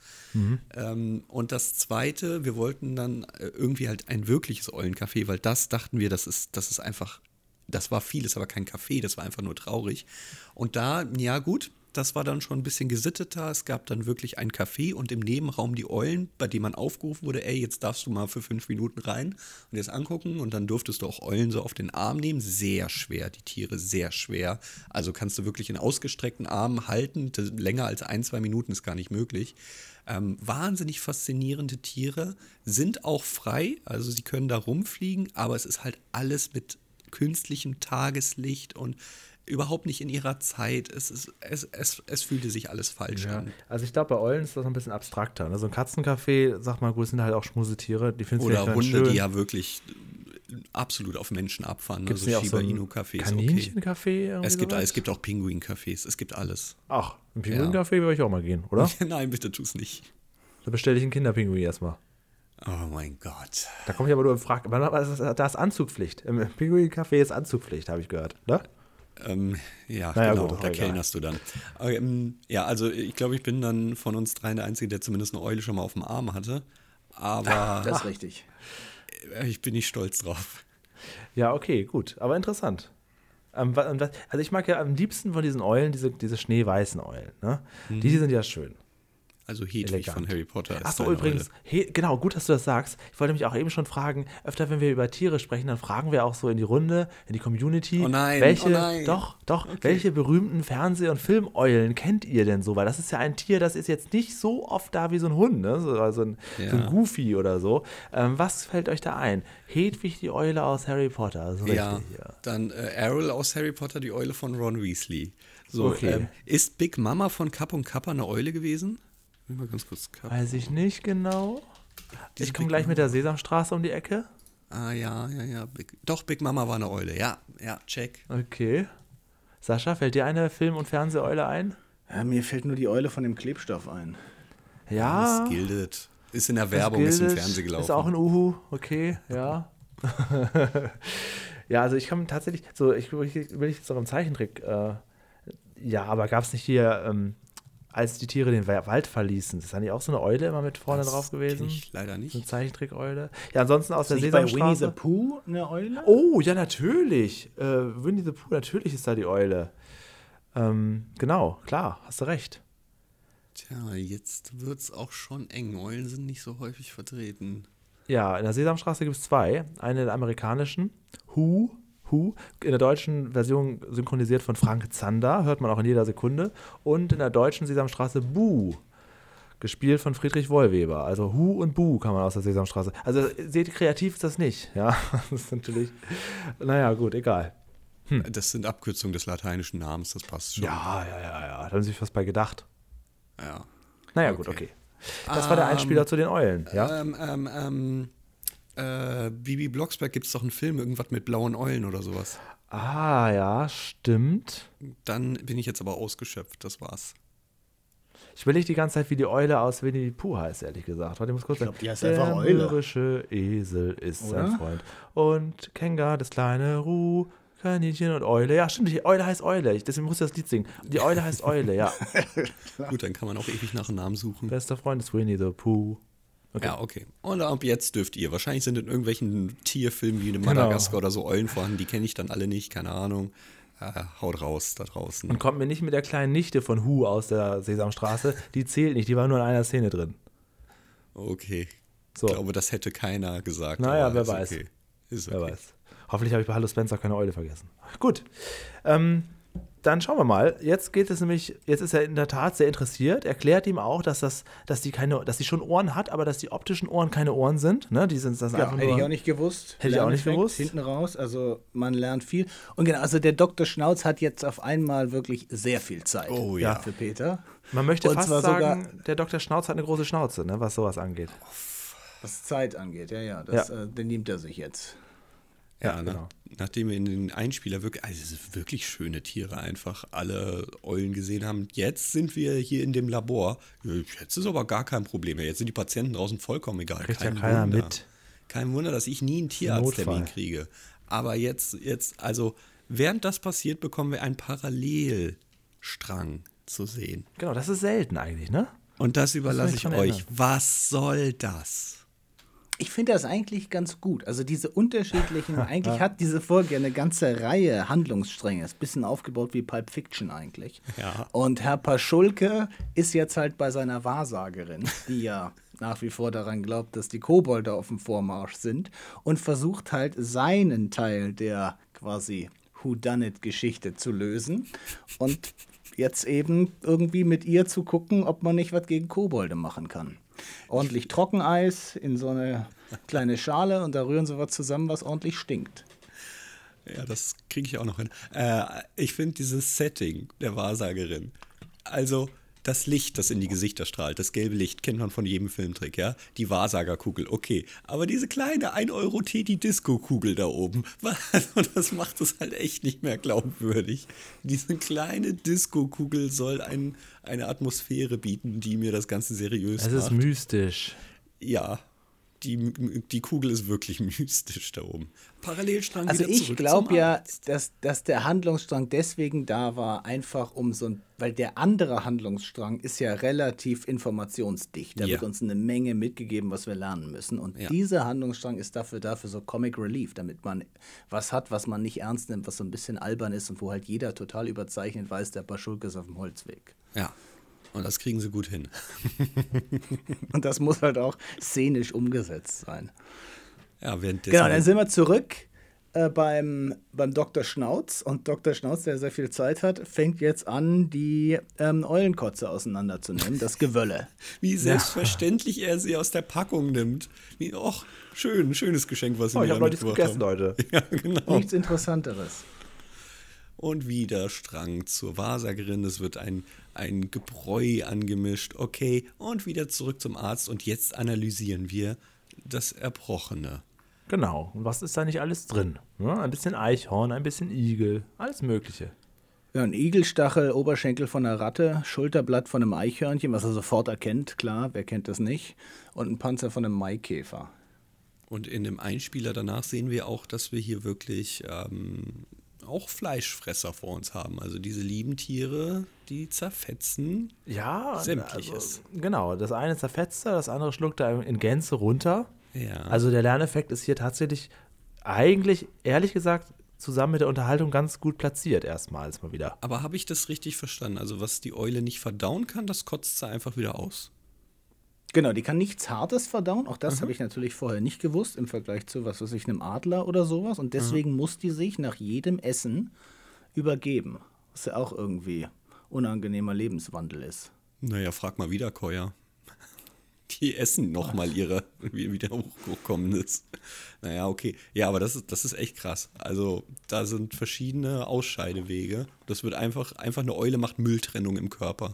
Und das Zweite, wir wollten dann irgendwie halt ein wirkliches Eulencafé, weil das dachten wir, das ist einfach, das war vieles, aber kein Café, das war einfach nur traurig. Und da, ja gut, das war dann schon ein bisschen gesitteter. Es gab dann wirklich ein Café und im Nebenraum die Eulen, bei dem man aufgerufen wurde, ey, jetzt darfst du mal für 5 Minuten rein und jetzt angucken. Und dann durftest du auch Eulen so auf den Arm nehmen. Sehr schwer, die Tiere, sehr schwer. Also kannst du wirklich in ausgestreckten Armen halten. Länger als 1-2 Minuten ist gar nicht möglich. Wahnsinnig faszinierende Tiere, sind auch frei, also sie können da rumfliegen, aber es ist halt alles mit künstlichem Tageslicht und überhaupt nicht in ihrer Zeit. Es fühlte sich alles falsch an. Also ich glaube, bei Eulen ist das ein bisschen abstrakter. Ne? So ein Katzencafé, sag mal gut, sind halt auch Schmusetiere. Die findest oder Hunde, schön. Die ja wirklich absolut auf Menschen abfahren. Gibt's also nicht auch so Shiba-Inu-Cafés. Kaninchencafé? Okay. Es gibt auch Pinguin-Cafés. Es gibt alles. Ach, ein Pinguin-Café würde ich auch mal gehen, oder? Nein, bitte tu's nicht. Da bestelle ich einen Kinderpinguin erstmal. Oh mein Gott. Da komme ich aber nur in Frage. Da ist Anzugpflicht. Im Pinguin-Café ist Anzugpflicht, habe ich gehört. Ne? Genau, gut, da kellnerst du dann. Also ich glaube, ich bin dann von uns dreien der Einzige, der zumindest eine Eule schon mal auf dem Arm hatte. Aber das ist richtig. Ich bin nicht stolz drauf. Ja, okay, gut. Aber interessant. Also ich mag ja am liebsten von diesen Eulen diese schneeweißen Eulen. Ne? Die sind ja schön. Also Hedwig von Harry Potter ist Achso, übrigens, genau, gut, dass du das sagst. Ich wollte mich auch eben schon fragen, öfter, wenn wir über Tiere sprechen, dann fragen wir auch so in die Runde, in die Community, welche berühmten Fernseh- und Filmeulen kennt ihr denn so? Weil das ist ja ein Tier, das ist jetzt nicht so oft da wie so ein Hund, ne? so ein Goofy oder so. Was fällt euch da ein? Hedwig, die Eule aus Harry Potter. Also dann Errol aus Harry Potter, die Eule von Ron Weasley. So, okay. Ist Big Mama von Kapp und Kappa eine Eule gewesen? Mal ganz kurz Weiß ich nicht genau. Ich komme gleich mit der Sesamstraße um die Ecke. Ja. Big Mama war eine Eule. Ja, check. Okay. Sascha, fällt dir eine Film- und Fernseheule ein? Ja, mir fällt nur die Eule von dem Klebstoff ein. Ja. Das Gildet. Ist in der Werbung, ist im Fernsehen gelaufen. Ist auch ein Uhu. Okay, ja. Ja, also ich kann tatsächlich, ich will jetzt noch im Zeichentrick, aber gab es nicht hier, als die Tiere den Wald verließen, ist da nicht auch so eine Eule immer mit vorne drauf gewesen? Ich leider nicht. So eine Zeichentrick-Eule. Ja, ansonsten aus der Sesamstraße. Bei Winnie the Pooh eine Eule? Oh, ja, natürlich. Winnie the Pooh, natürlich ist da die Eule. Genau, klar, hast du recht. Tja, jetzt wird's auch schon eng. Eulen sind nicht so häufig vertreten. Ja, in der Sesamstraße gibt es 2. Eine der amerikanischen, Who, in der deutschen Version synchronisiert von Frank Zander, hört man auch in jeder Sekunde. Und in der deutschen Sesamstraße Buh, gespielt von Friedrich Wollweber. Also Hu und Buh kann man aus der Sesamstraße. Also seht, kreativ ist das nicht. Ja, das ist natürlich, naja, gut, egal. Das sind Abkürzungen des lateinischen Namens, das passt schon. Ja, da haben sie sich was bei gedacht. Ja. Naja, gut, okay. Das war der Einspieler zu den Eulen, ja? Bibi Blocksberg, gibt es doch einen Film, irgendwas mit blauen Eulen oder sowas. Ah, ja, stimmt. Dann bin ich jetzt aber ausgeschöpft, das war's. Ich will nicht die ganze Zeit, wie die Eule aus Winnie the Pooh heißt, ehrlich gesagt. Warte, ich muss kurz sagen. Die heißt einfach Eule. Der mürrische Esel ist sein Freund. Und Kenga, das kleine Ruh, Kaninchen und Eule. Ja, stimmt, die Eule heißt Eule. Deswegen muss ich das Lied singen. Die Eule heißt Eule, ja. Gut, dann kann man auch ewig nach einem Namen suchen. Bester Freund ist Winnie the Pooh. Okay. Ja, okay. Und ab jetzt dürft ihr. Wahrscheinlich sind in irgendwelchen Tierfilmen wie in Madagaskar oder so Eulen vorhanden. Die kenne ich dann alle nicht, keine Ahnung. Haut raus da draußen. Und kommt mir nicht mit der kleinen Nichte von Hu aus der Sesamstraße. Die zählt nicht, die war nur in einer Szene drin. Okay. So. Ich glaube, das hätte keiner gesagt. Naja, wer weiß. Okay. Ist okay. Wer weiß. Hoffentlich habe ich bei Hallo Spencer keine Eule vergessen. Gut. Dann schauen wir mal. Jetzt ist er in der Tat sehr interessiert. Erklärt ihm auch, dass sie schon Ohren hat, aber dass die optischen Ohren keine Ohren sind. Ne? Die sind das einfach nur. Hätte ich auch nicht gewusst. Hätte ich auch nicht gewusst. Hinten raus, also man lernt viel. Und genau, also der Dr. Schnauz hat jetzt auf einmal wirklich sehr viel Zeit für Peter. Man möchte fast sagen, der Dr. Schnauz hat eine große Schnauze, ne, was sowas angeht. Was Zeit angeht, den nimmt er sich jetzt. Ja, genau. Nachdem wir in den Einspieler wirklich, also es sind wirklich schöne Tiere einfach, alle Eulen gesehen haben. Jetzt sind wir hier in dem Labor. Jetzt ist aber gar kein Problem mehr. Jetzt sind die Patienten draußen vollkommen egal. Kriegt ja keiner mit. Kein Wunder, dass ich nie einen Tierarzttermin kriege. Aber jetzt, also während das passiert, bekommen wir einen Parallelstrang zu sehen. Genau, das ist selten eigentlich, ne? Und das überlasse ich euch. Was soll das? Ich finde das eigentlich ganz gut. Also diese unterschiedlichen, eigentlich hat diese Folge eine ganze Reihe Handlungsstränge. Ist ein bisschen aufgebaut wie Pulp Fiction eigentlich. Ja. Und Herr Paschulke ist jetzt halt bei seiner Wahrsagerin, die ja nach wie vor daran glaubt, dass die Kobolde auf dem Vormarsch sind und versucht halt seinen Teil der quasi Whodunit-Geschichte zu lösen und jetzt eben irgendwie mit ihr zu gucken, ob man nicht was gegen Kobolde machen kann. Ordentlich Trockeneis in so eine kleine Schale und da rühren sie was zusammen, was ordentlich stinkt. Ja, das kriege ich auch noch hin. Ich finde dieses Setting der Wahrsagerin, also das Licht, das in die Gesichter strahlt, das gelbe Licht, kennt man von jedem Filmtrick, ja? Die Wahrsagerkugel, okay. Aber diese kleine 1-Euro-Teddy-Disco-Kugel da oben, das macht es halt echt nicht mehr glaubwürdig. Diese kleine Disco-Kugel soll eine Atmosphäre bieten, die mir das Ganze seriös macht. Es ist mystisch. Ja, die Kugel ist wirklich mystisch da oben. Parallelstrang also wieder zurück. Ich glaube ja, dass der Handlungsstrang deswegen da war, einfach weil der andere Handlungsstrang ist ja relativ informationsdicht. Da wird uns eine Menge mitgegeben, was wir lernen müssen. Und dieser Handlungsstrang ist dafür so Comic Relief, damit man was hat, was man nicht ernst nimmt, was so ein bisschen albern ist und wo halt jeder total überzeichnet weiß, der Paschulke ist auf dem Holzweg. Ja. Und das kriegen sie gut hin. Und das muss halt auch szenisch umgesetzt sein. Ja, währenddessen. Genau, dann sind wir zurück beim Dr. Schnauz. Und Dr. Schnauz, der sehr viel Zeit hat, fängt jetzt an, die Eulenkotze auseinanderzunehmen, das Gewölle. Wie selbstverständlich er sie aus der Packung nimmt. Schönes Geschenk, was sie mir ich habe noch nichts gegessen, Leute. Ja, genau. Nichts Interessanteres. Und wieder Strang zur Wahrsagerin. Es wird ein Gebräu angemischt. Okay, und wieder zurück zum Arzt. Und jetzt analysieren wir das Erbrochene. Genau. Und was ist da nicht alles drin? Ja, ein bisschen Eichhorn, ein bisschen Igel, alles Mögliche. Ja, ein Igelstachel, Oberschenkel von einer Ratte, Schulterblatt von einem Eichhörnchen, was er sofort erkennt, klar, wer kennt das nicht. Und ein Panzer von einem Maikäfer. Und in dem Einspieler danach sehen wir auch, dass wir hier wirklich auch Fleischfresser vor uns haben. Also diese lieben Tiere, die zerfetzen Sämtliches. Also, genau, das eine zerfetzt er, das andere schluckt er in Gänze runter. Ja. Also der Lerneffekt ist hier tatsächlich eigentlich, ehrlich gesagt, zusammen mit der Unterhaltung ganz gut platziert erstmals mal wieder. Aber habe ich das richtig verstanden? Also was die Eule nicht verdauen kann, das kotzt sie einfach wieder aus. Genau, die kann nichts Hartes verdauen. Auch das habe ich natürlich vorher nicht gewusst im Vergleich zu einem Adler oder sowas. Und deswegen muss die sich nach jedem Essen übergeben. Was ja auch irgendwie unangenehmer Lebenswandel ist. Naja, frag mal wieder, Koya. Die essen nochmal ihre wieder hochgekommenes. Naja, okay. Ja, aber das ist echt krass. Also da sind verschiedene Ausscheidewege. Das wird einfach eine Eule macht Mülltrennung im Körper.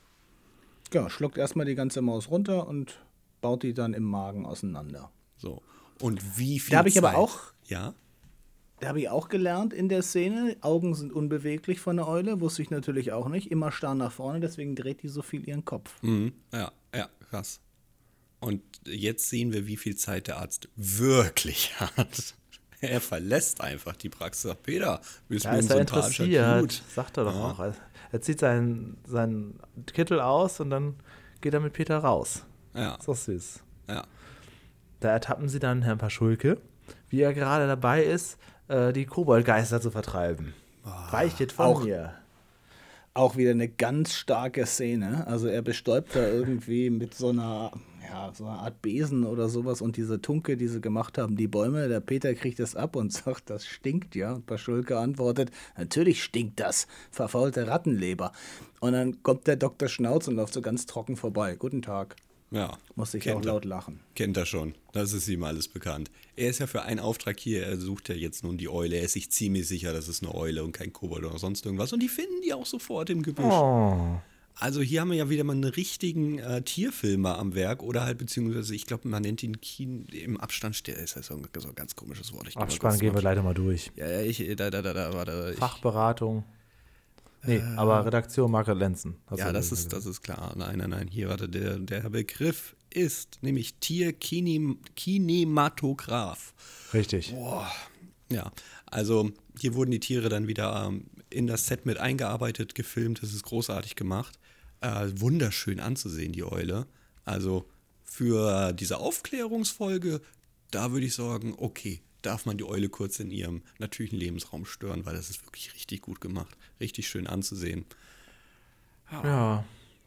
Ja, schluckt erstmal die ganze Maus runter und baut die dann im Magen auseinander. So. Und wie viel Da habe ich Zeit? aber auch. Ja? Da habe ich auch gelernt in der Szene, Augen sind unbeweglich von der Eule, wusste ich natürlich auch nicht. Immer starr nach vorne, deswegen dreht die so viel ihren Kopf. Mhm. Ja, krass. Und jetzt sehen wir, wie viel Zeit der Arzt wirklich hat. Er verlässt einfach die Praxis. Sagt, Peter, bist mir ein sympathischer Dude. Sagt er doch auch. Er zieht seinen Kittel aus und dann geht er mit Peter raus. Ja. Ist doch süß. Ja. Da ertappen sie dann Herrn Paschulke, wie er gerade dabei ist, die Koboldgeister zu vertreiben. Weichet von mir. Auch wieder eine ganz starke Szene. Also er bestäubt da irgendwie mit so einer Art Besen oder sowas und diese Tunke, die sie gemacht haben, die Bäume. Der Peter kriegt das ab und sagt, das stinkt, ja. Und Paschulke antwortet, natürlich stinkt das, verfaulte Rattenleber. Und dann kommt der Dr. Schnauz und läuft so ganz trocken vorbei. Guten Tag. Ja. Muss ich auch laut lachen. Kennt er schon. Das ist ihm alles bekannt. Er ist ja für einen Auftrag hier, er sucht ja jetzt nun die Eule. Er ist sich ziemlich sicher, das ist eine Eule und kein Kobold oder sonst irgendwas. Und die finden die auch sofort im Gebüsch. Oh. Also hier haben wir ja wieder mal einen richtigen Tierfilmer am Werk oder halt beziehungsweise, ich glaube, man nennt ihn im Abstand, ist ja so ein ganz komisches Wort. Abspann gehen wir leider mal durch. Ja, warte. Fachberatung. Nee, aber Redaktion Margaret Lenzen. Ja, das ist klar. Nein. Hier, warte, der Begriff ist nämlich Tierkinematograph. Richtig. Boah. Ja, also hier wurden die Tiere dann wieder in das Set mit eingearbeitet, gefilmt. Das ist großartig gemacht. Wunderschön anzusehen, die Eule. Also für diese Aufklärungsfolge, da würde ich sagen, okay, darf man die Eule kurz in ihrem natürlichen Lebensraum stören, weil das ist wirklich richtig gut gemacht. Richtig schön anzusehen. Ja.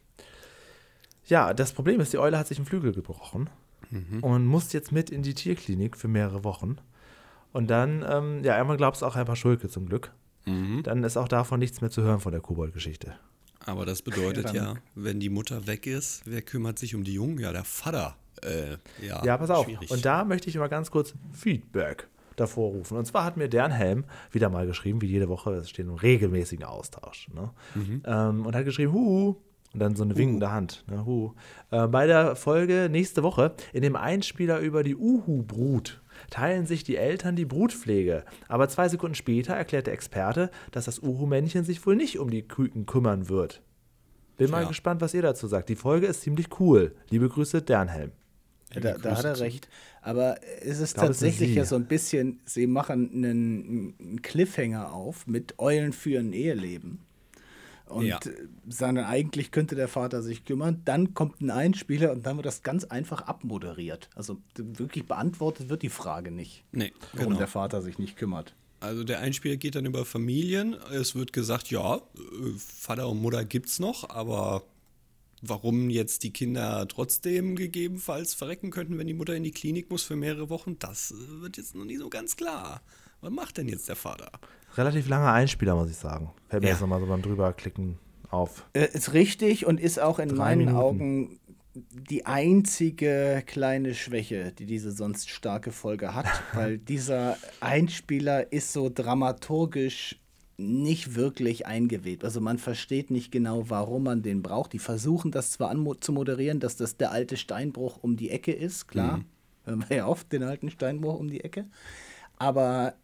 Ja, das Problem ist, die Eule hat sich einen Flügel gebrochen und muss jetzt mit in die Tierklinik für mehrere Wochen. Und dann, einmal glaubst du auch ein paar Schulke zum Glück. Dann ist auch davon nichts mehr zu hören von der Kobold-Geschichte. Aber das bedeutet ja, wenn die Mutter weg ist, wer kümmert sich um die Jungen? Ja, der Vater. Ja, pass auf. Schwierig. Und da möchte ich mal ganz kurz Feedback davor rufen. Und zwar hat mir Dernhelm wieder mal geschrieben, wie jede Woche, es steht im regelmäßigen Austausch. Ne? Und hat geschrieben, Huhu. Und dann so eine winkende Hand. Ne? Huhu. Bei der Folge nächste Woche, in dem Einspieler über die Uhu-Brut, teilen sich die Eltern die Brutpflege. Aber 2 Sekunden später erklärt der Experte, dass das Uhu-Männchen sich wohl nicht um die Küken kümmern wird. Bin mal gespannt, was ihr dazu sagt. Die Folge ist ziemlich cool. Liebe Grüße, Dernhelm. Da hat er recht. Aber es ist tatsächlich ja so ein bisschen, sie machen einen Cliffhanger auf mit Eulen für ein Eheleben. Und sagen dann, eigentlich könnte der Vater sich kümmern. Dann kommt ein Einspieler und dann wird das ganz einfach abmoderiert. Also wirklich beantwortet wird die Frage nicht, warum der Vater sich nicht kümmert. Also der Einspieler geht dann über Familien. Es wird gesagt, ja, Vater und Mutter gibt's noch, aber warum jetzt die Kinder trotzdem gegebenenfalls verrecken könnten, wenn die Mutter in die Klinik muss für mehrere Wochen, das wird jetzt noch nicht so ganz klar. Was macht denn jetzt der Vater? Relativ langer Einspieler, muss ich sagen. Fällt mir jetzt nochmal so beim Drüberklicken auf. Ist richtig und ist auch in meinen Augen die einzige kleine Schwäche, die diese sonst starke Folge hat, weil dieser Einspieler ist so dramaturgisch nicht wirklich eingewebt. Also man versteht nicht genau, warum man den braucht. Die versuchen das zwar zu moderieren, dass das der alte Steinbruch um die Ecke ist, klar. Hören wir ja oft den alten Steinbruch um die Ecke. Aber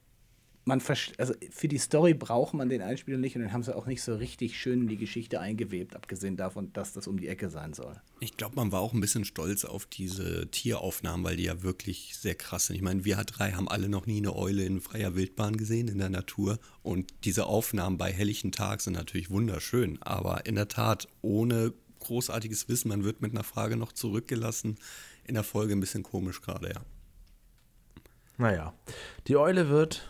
also für die Story braucht man den Einspieler nicht und den haben sie auch nicht so richtig schön in die Geschichte eingewebt, abgesehen davon, dass das um die Ecke sein soll. Ich glaube, man war auch ein bisschen stolz auf diese Tieraufnahmen, weil die ja wirklich sehr krass sind. Ich meine, wir drei haben alle noch nie eine Eule in freier Wildbahn gesehen, in der Natur. Und diese Aufnahmen bei helllichten Tag sind natürlich wunderschön. Aber in der Tat, ohne großartiges Wissen, man wird mit einer Frage noch zurückgelassen. In der Folge ein bisschen komisch gerade, ja. Naja, die Eule wird,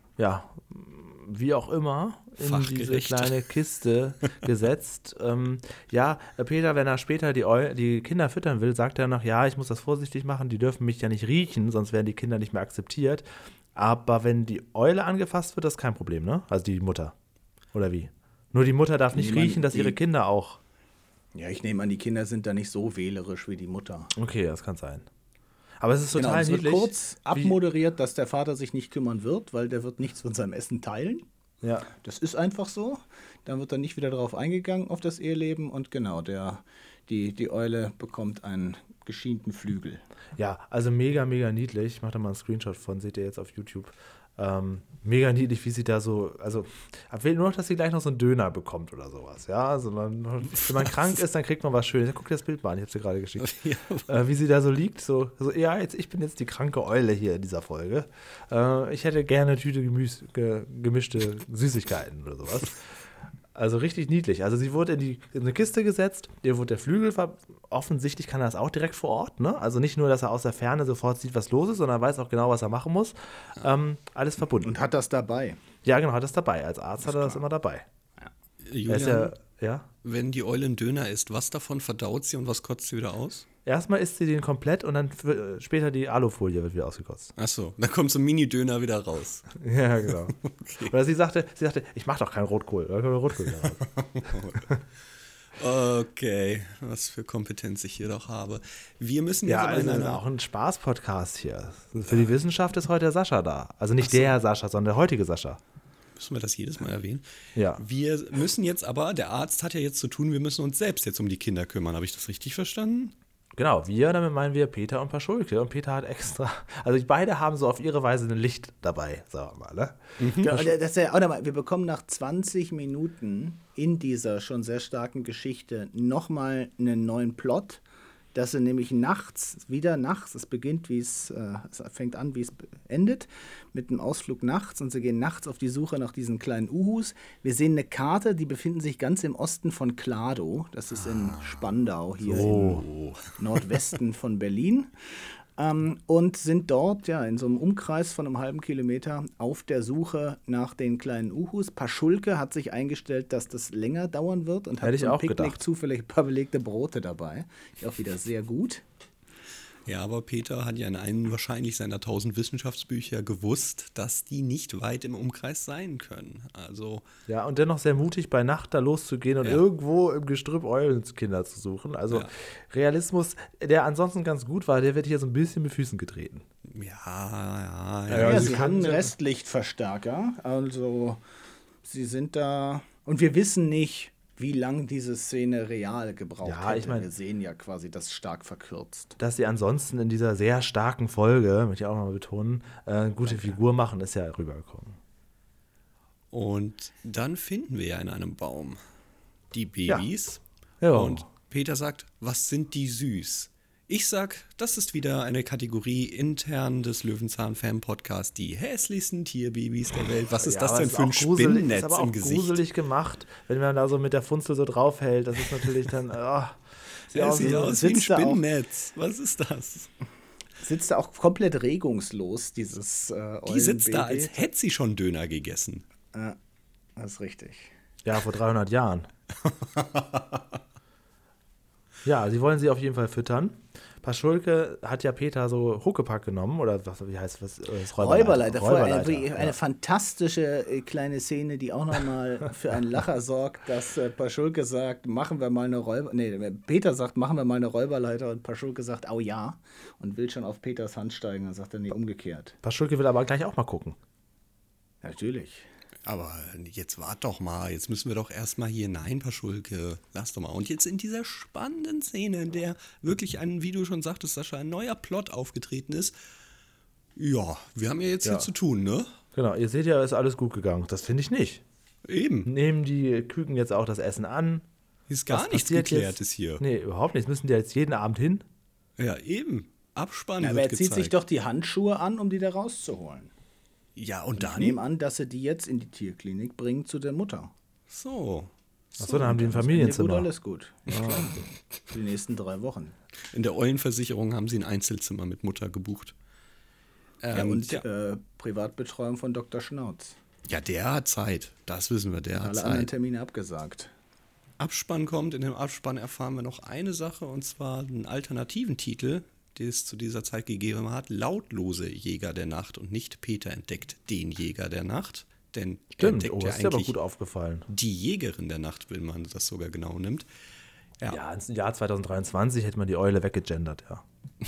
wie auch immer, in diese kleine Kiste gesetzt. Peter, wenn er später die Kinder füttern will, sagt er noch, ich muss das vorsichtig machen, die dürfen mich ja nicht riechen, sonst werden die Kinder nicht mehr akzeptiert. Aber wenn die Eule angefasst wird, das ist kein Problem, ne? Also die Mutter. Oder wie? Nur die Mutter darf nicht riechen, dass ihre Kinder auch. Ja, ich nehme an, die Kinder sind da nicht so wählerisch wie die Mutter. Okay, das kann sein. Aber es ist total niedlich. Es wird kurz abmoderiert, dass der Vater sich nicht kümmern wird, weil der wird nichts von seinem Essen teilen. Ja. Das ist einfach so. Dann wird dann nicht wieder darauf eingegangen, auf das Eheleben. Und genau, die Eule bekommt einen geschienten Flügel. Ja, also mega, mega niedlich. Ich mache da mal einen Screenshot von, seht ihr jetzt auf YouTube. Mega niedlich, wie sie da so, also ich will nur noch, dass sie gleich noch so einen Döner bekommt oder sowas, ja, also wenn man krank ist, dann kriegt man was Schönes. Guck dir das Bild mal an, ich hab's dir gerade geschickt. Wie sie da so liegt, ich bin jetzt die kranke Eule hier in dieser Folge. Ich hätte gerne eine Tüte gemischte Süßigkeiten oder sowas. Also richtig niedlich. Also sie wurde in eine Kiste gesetzt, ihr wurde der Flügel offensichtlich kann er das auch direkt vor Ort, ne? Also nicht nur, dass er aus der Ferne sofort sieht, was los ist, sondern weiß auch genau, was er machen muss. Alles verbunden. Und hat das dabei. Ja, genau, hat das dabei. Als Arzt hat er das immer dabei. Ja. Julian, wenn die Eule einen Döner isst, was davon verdaut sie und was kotzt sie wieder aus? Erstmal isst sie den komplett und dann später die Alufolie wird wieder ausgekotzt. Achso, dann kommt so ein Mini-Döner wieder raus. Ja, genau. Okay. Oder sie sagte, ich mach doch keinen Rotkohl. Rotkohl okay, was für Kompetenz ich hier doch habe. Wir müssen jetzt aber ist auch ein Spaß-Podcast hier. Für die Wissenschaft ist heute der Sascha da. Also nicht der Sascha, sondern der heutige Sascha. Müssen wir das jedes Mal erwähnen? Ja. Wir müssen jetzt aber, der Arzt hat ja jetzt zu tun, wir müssen uns selbst jetzt um die Kinder kümmern. Habe ich das richtig verstanden? Genau, damit meinen wir Peter und Paschulke. Und Peter hat extra, also beide haben so auf ihre Weise ein Licht dabei, sagen wir mal, ne? Genau, das ist ja auch nochmal, wir bekommen nach 20 Minuten in dieser schon sehr starken Geschichte nochmal einen neuen Plot, dass sie nämlich nachts, es beginnt, es fängt an, wie es endet, mit einem Ausflug nachts und sie gehen nachts auf die Suche nach diesen kleinen Uhus. Wir sehen eine Karte, die befinden sich ganz im Osten von Kladow, das ist in Spandau, hier im Nordwesten von Berlin. Und sind dort in so einem Umkreis von einem halben Kilometer auf der Suche nach den kleinen Uhus. Paschulke hat sich eingestellt, dass das länger dauern wird und hat zum Picknick zufällig ein paar belegte Brote dabei. Auch wieder sehr gut. Ja, aber Peter hat ja in einem wahrscheinlich seiner 1000 Wissenschaftsbücher gewusst, dass die nicht weit im Umkreis sein können. Also ja, und dennoch sehr mutig, bei Nacht da loszugehen und irgendwo im Gestrüpp Eulenkinder zu suchen. Also Realismus, der ansonsten ganz gut war, der wird hier so ein bisschen mit Füßen getreten. Ja, sie haben einen Restlichtverstärker. Also sie sind da und wir wissen nicht, wie lang diese Szene real gebraucht hätte. Ich meine, wir sehen ja quasi das stark verkürzt. Dass sie ansonsten in dieser sehr starken Folge, möchte ich auch mal betonen, eine gute Figur machen, ist ja rübergekommen. Und dann finden wir ja in einem Baum die Babys. Ja. Und Peter sagt, was sind die süß? Ich sag, das ist wieder eine Kategorie intern des Löwenzahn-Fan-Podcasts, die hässlichsten Tierbabys der Welt. Was ist das denn für ein Spinnennetz im Gesicht? Ist aber auch gruselig gemacht, wenn man da so mit der Funzel so draufhält. Das ist natürlich dann, sieht aus wie ein Spinnennetz. Was ist das? Sitzt da auch komplett regungslos, dieses Die sitzt da, als hätte sie schon Döner gegessen. Ja, das ist richtig. Ja, vor 300 Jahren. Ja, sie wollen sie auf jeden Fall füttern. Paschulke hat ja Peter so Huckepack genommen, oder wie heißt das? Räuberleiter. Eine fantastische kleine Szene, die auch nochmal für einen Lacher sorgt, dass Paschulke sagt, Peter sagt, machen wir mal eine Räuberleiter, und Paschulke sagt, au ja, und will schon auf Peters Hand steigen, und sagt dann nicht umgekehrt. Paschulke will aber gleich auch mal gucken. Natürlich. Aber jetzt wart doch mal, jetzt müssen wir doch erstmal hier, nein, Paschulke, lass doch mal. Und jetzt in dieser spannenden Szene, in der wirklich wie du schon sagtest, Sascha, ein neuer Plot aufgetreten ist. Ja, wir haben ja jetzt hier zu tun, ne? Genau, ihr seht ja, ist alles gut gegangen. Das finde ich nicht. Eben. Nehmen die Küken jetzt auch das Essen an? Ist gar nichts Geklärtes hier. Nee, überhaupt nichts. Müssen die jetzt jeden Abend hin? Ja, eben. Abspann wird aber er gezeigt. zieht sich doch die Handschuhe an, um die da rauszuholen. Ja, und dann? Ich nehme an, dass sie die jetzt in die Tierklinik bringen zu der Mutter. So. Achso, dann haben die ein Familienzimmer. Gut, alles gut. Für die nächsten 3 Wochen. In der Eulenversicherung haben sie ein Einzelzimmer mit Mutter gebucht. Privatbetreuung von Dr. Schnauz. Ja, der hat Zeit. Das wissen wir, der hat Zeit. Alle anderen Termine abgesagt. Abspann kommt. In dem Abspann erfahren wir noch eine Sache, und zwar einen alternativen Titel, die es zu dieser Zeit gegeben hat, Lautlose Jäger der Nacht, und nicht Peter entdeckt den Jäger der Nacht, denn er entdeckt ja ist dir aber eigentlich gut aufgefallen. Die Jägerin der Nacht, wenn man das sogar genau nimmt. Ja, im Jahr 2023 hätte man die Eule weggegendert, ja.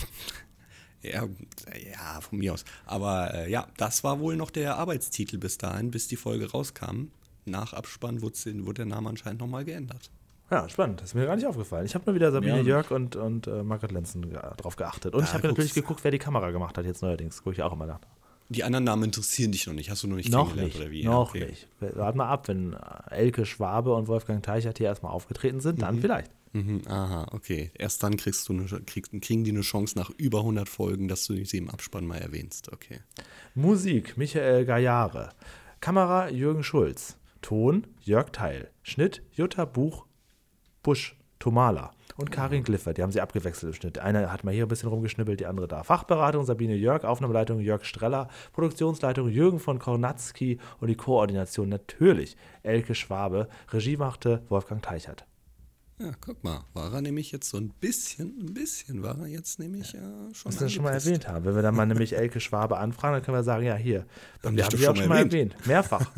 Ja, von mir aus. Aber das war wohl noch der Arbeitstitel bis dahin, bis die Folge rauskam. Nach Abspann wurde der Name anscheinend nochmal geändert. Ja, spannend. Das ist mir gar nicht aufgefallen. Ich habe nur wieder Sabine Jörg und Margret Lenzen drauf geachtet. Und ich habe natürlich geguckt, wer die Kamera gemacht hat jetzt neuerdings. Gucke ich auch immer nach. Die anderen Namen interessieren dich noch nicht. Hast du noch nicht kennengelernt oder wie? Noch nicht. Warten mal ab, wenn Elke Schwabe und Wolfgang Teichert hier erstmal aufgetreten sind, dann vielleicht. Aha, okay. Erst dann kriegen die eine Chance nach über 100 Folgen, dass du sie im Abspann mal erwähnst. Okay. Musik, Michael Gajare. Kamera, Jürgen Schulz. Ton, Jörg Theil. Schnitt, Jutta Busch, Tomala und Karin Gliffert. Die haben sie abgewechselt im Schnitt. Eine hat mal hier ein bisschen rumgeschnibbelt, die andere da. Fachberatung Sabine Jörg, Aufnahmeleitung Jörg Streller, Produktionsleitung Jürgen von Kornatzky und die Koordination natürlich Elke Schwabe. Regie machte Wolfgang Teichert. Ja, guck mal, war er nämlich jetzt so ein bisschen war er jetzt nämlich schon. Was wir schon mal erwähnt haben. Wenn wir dann mal nämlich Elke Schwabe anfragen, dann können wir sagen, ja, hier. Dann wir haben sie auch schon mal erwähnt. Mehrfach.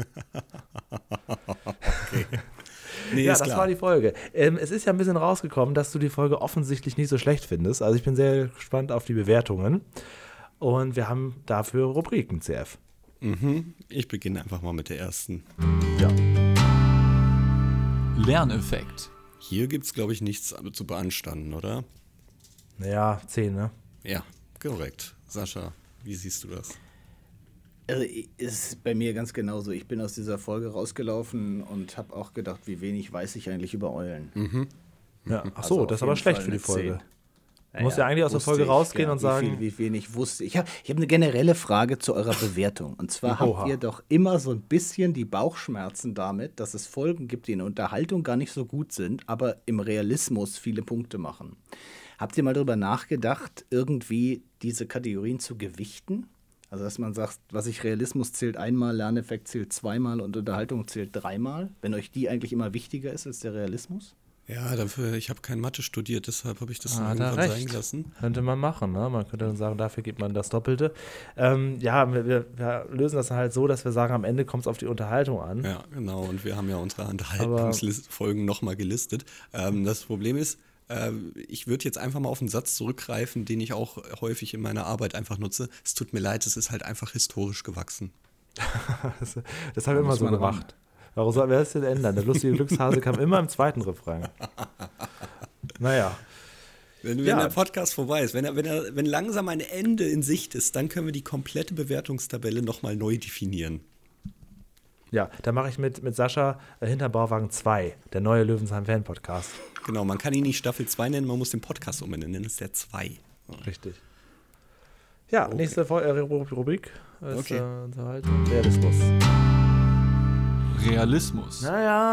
Okay. Nee, ja, das war die Folge. Es ist ja ein bisschen rausgekommen, dass du die Folge offensichtlich nicht so schlecht findest. Also ich bin sehr gespannt auf die Bewertungen. Und wir haben dafür Rubriken, CF. Ich beginne einfach mal mit der ersten. Ja. Lerneffekt. Hier gibt es, glaube ich, nichts zu beanstanden, oder? Naja, 10, ne? Ja, korrekt. Sascha, wie siehst du das? Also, ist bei mir ganz genauso. Ich bin aus dieser Folge rausgelaufen und habe auch gedacht, wie wenig weiß ich eigentlich über Eulen. Ja, ach Also so, auf das ist aber jeden schlecht Fall für die eine Folge. 10. Du musst ja eigentlich aus der Folge rausgehen und sagen. Wie wenig wusste ich. Ich hab eine generelle Frage zu eurer Bewertung. Und zwar habt ihr doch immer so ein bisschen die Bauchschmerzen damit, dass es Folgen gibt, die in der Unterhaltung gar nicht so gut sind, aber im Realismus viele Punkte machen. Habt ihr mal darüber nachgedacht, irgendwie diese Kategorien zu gewichten? Also, dass man sagt, was ich Realismus zählt einmal, Lerneffekt zählt zweimal und Unterhaltung zählt dreimal, wenn euch die eigentlich immer wichtiger ist als der Realismus? Ja, ich habe kein Mathe studiert, deshalb habe ich das irgendwann sein lassen. Könnte man machen, ne? Man könnte dann sagen, dafür gibt man das Doppelte. Wir lösen das halt so, dass wir sagen, am Ende kommt es auf die Unterhaltung an. Ja, genau. Und wir haben ja unsere Unterhaltungsfolgen nochmal gelistet. Das Problem ist, ich würde jetzt einfach mal auf einen Satz zurückgreifen, den ich auch häufig in meiner Arbeit einfach nutze. Es tut mir leid, es ist halt einfach historisch gewachsen. Das haben wir immer so gemacht. Warum sollten wir das denn ändern? Der lustige Glückshase kam immer im zweiten Refrain. Naja. Wenn der Podcast vorbei ist, wenn langsam ein Ende in Sicht ist, dann können wir die komplette Bewertungstabelle nochmal neu definieren. Ja, da mache ich mit Sascha hinter Bauwagen 2, der neue Löwenzahn-Fan-Podcast. Genau, man kann ihn nicht Staffel 2 nennen, man muss den Podcast umbenennen, das ist der 2. Richtig. Ja, okay. Nächste Rubrik ist Unterhaltung. Realismus.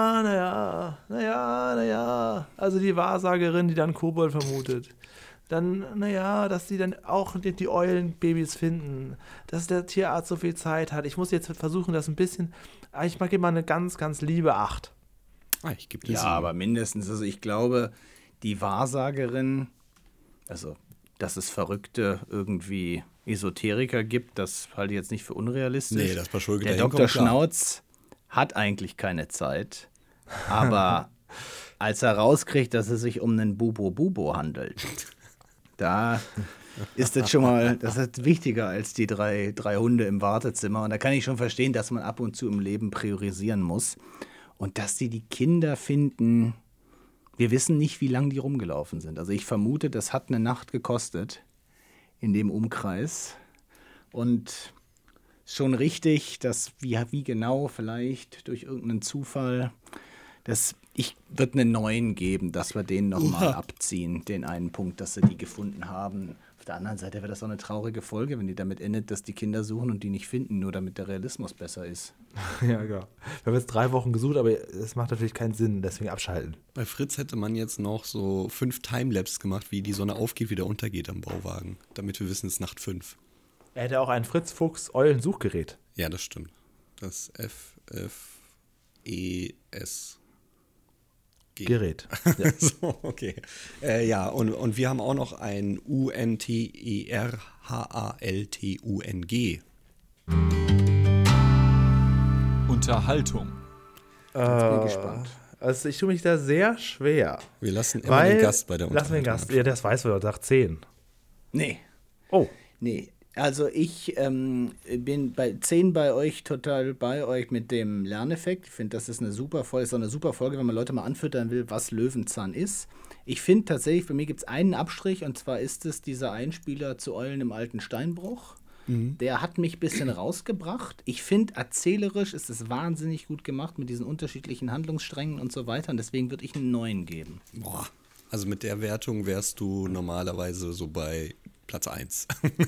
Naja. Also die Wahrsagerin, die dann Kobold vermutet. Dann, dass die dann auch die Eulenbabys finden. Dass der Tierarzt so viel Zeit hat. Ich muss jetzt versuchen, das ein bisschen. Ich mag immer eine ganz, ganz liebe 8. Ich gebe dir ja, aber mindestens. Also ich glaube, die Wahrsagerin, also dass es verrückte irgendwie Esoteriker gibt, das halte ich jetzt nicht für unrealistisch. Nee, das war schon der Dr. Schnauz hat eigentlich keine Zeit, aber als er rauskriegt, dass es sich um einen Bubo handelt, da ist das schon mal, das ist wichtiger als die drei Hunde im Wartezimmer. Und da kann ich schon verstehen, dass man ab und zu im Leben priorisieren muss. Und dass die Kinder finden, wir wissen nicht, wie lange die rumgelaufen sind. Also ich vermute, das hat eine Nacht gekostet in dem Umkreis. Und schon richtig, dass wie genau vielleicht durch irgendeinen Zufall, ich würde einen 9 geben, dass wir den nochmal abziehen, den einen Punkt, dass sie die gefunden haben. Auf der anderen Seite wäre das auch eine traurige Folge, wenn die damit endet, dass die Kinder suchen und die nicht finden, nur damit der Realismus besser ist. Ja, genau. Wir haben jetzt 3 Wochen gesucht, aber es macht natürlich keinen Sinn, deswegen abschalten. Bei Fritz hätte man jetzt noch so 5 Timelapse gemacht, wie die Sonne aufgeht, wieder untergeht am Bauwagen, damit wir wissen, es ist Nacht 5. Er hätte auch ein Fritz-Fuchs-Eulen-Suchgerät. Ja, das stimmt. Das FFES. Gerät. Ja. So, okay. Und wir haben auch noch ein UNTERHALTUNG. Unterhaltung. Jetzt bin ich gespannt. Also ich tue mich da sehr schwer. Wir lassen immer den Gast bei der Unterhaltung. Lassen den Gast. Ja, das weiß man, sagt 10. Nee. Oh. Nee. Also ich bin bei 10 bei euch, total bei euch mit dem Lerneffekt. Ich finde, das ist eine super Folge. Ist auch eine super Folge, wenn man Leute mal anfüttern will, was Löwenzahn ist. Ich finde tatsächlich, bei mir gibt es einen Abstrich, und zwar ist es dieser Einspieler zu Eulen im alten Steinbruch. Der hat mich ein bisschen rausgebracht. Ich finde, erzählerisch ist es wahnsinnig gut gemacht mit diesen unterschiedlichen Handlungssträngen und so weiter. Und deswegen würde ich einen 9 geben. Boah, also mit der Wertung wärst du normalerweise so bei Platz 1.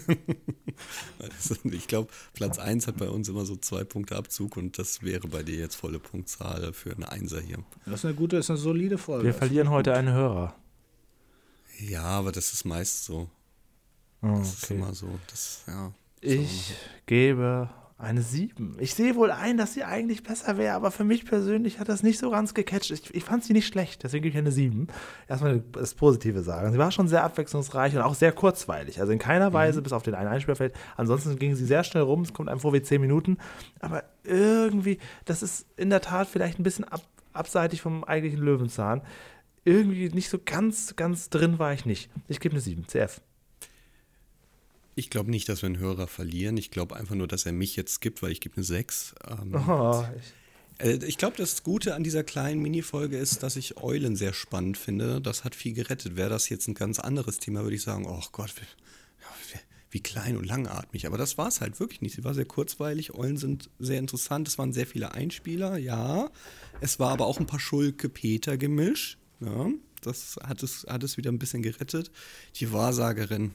Ich glaube, Platz 1 hat bei uns immer so 2 Punkte Abzug und das wäre bei dir jetzt volle Punktzahl für eine 1er hier. Das ist eine solide Folge. Wir verlieren heute einen Hörer. Ja, aber das ist meist so. Das ist immer so. Ich gebe eine 7. Ich sehe wohl ein, dass sie eigentlich besser wäre, aber für mich persönlich hat das nicht so ganz gecatcht. Ich fand sie nicht schlecht, deswegen gebe ich eine 7. Erstmal das Positive sagen. Sie war schon sehr abwechslungsreich und auch sehr kurzweilig. Also in keiner Weise, bis auf den einen Einspielerfeld. Ansonsten ging sie sehr schnell rum, es kommt einem vor wie 10 Minuten. Aber irgendwie, das ist in der Tat vielleicht ein bisschen abseitig vom eigentlichen Löwenzahn. Irgendwie nicht so ganz drin war ich nicht. Ich gebe eine 7, CF. Ich glaube nicht, dass wir einen Hörer verlieren. Ich glaube einfach nur, dass er mich jetzt gibt, weil ich gebe eine 6. Ich glaube, das Gute an dieser kleinen Minifolge ist, dass ich Eulen sehr spannend finde. Das hat viel gerettet. Wäre das jetzt ein ganz anderes Thema, würde ich sagen, oh Gott, wie klein und langatmig. Aber das war es halt wirklich nicht. Sie war sehr kurzweilig. Eulen sind sehr interessant. Es waren sehr viele Einspieler, ja. Es war aber auch ein paar Schulke-Peter-Gemisch. Ja, das hat es wieder ein bisschen gerettet. Die Wahrsagerin,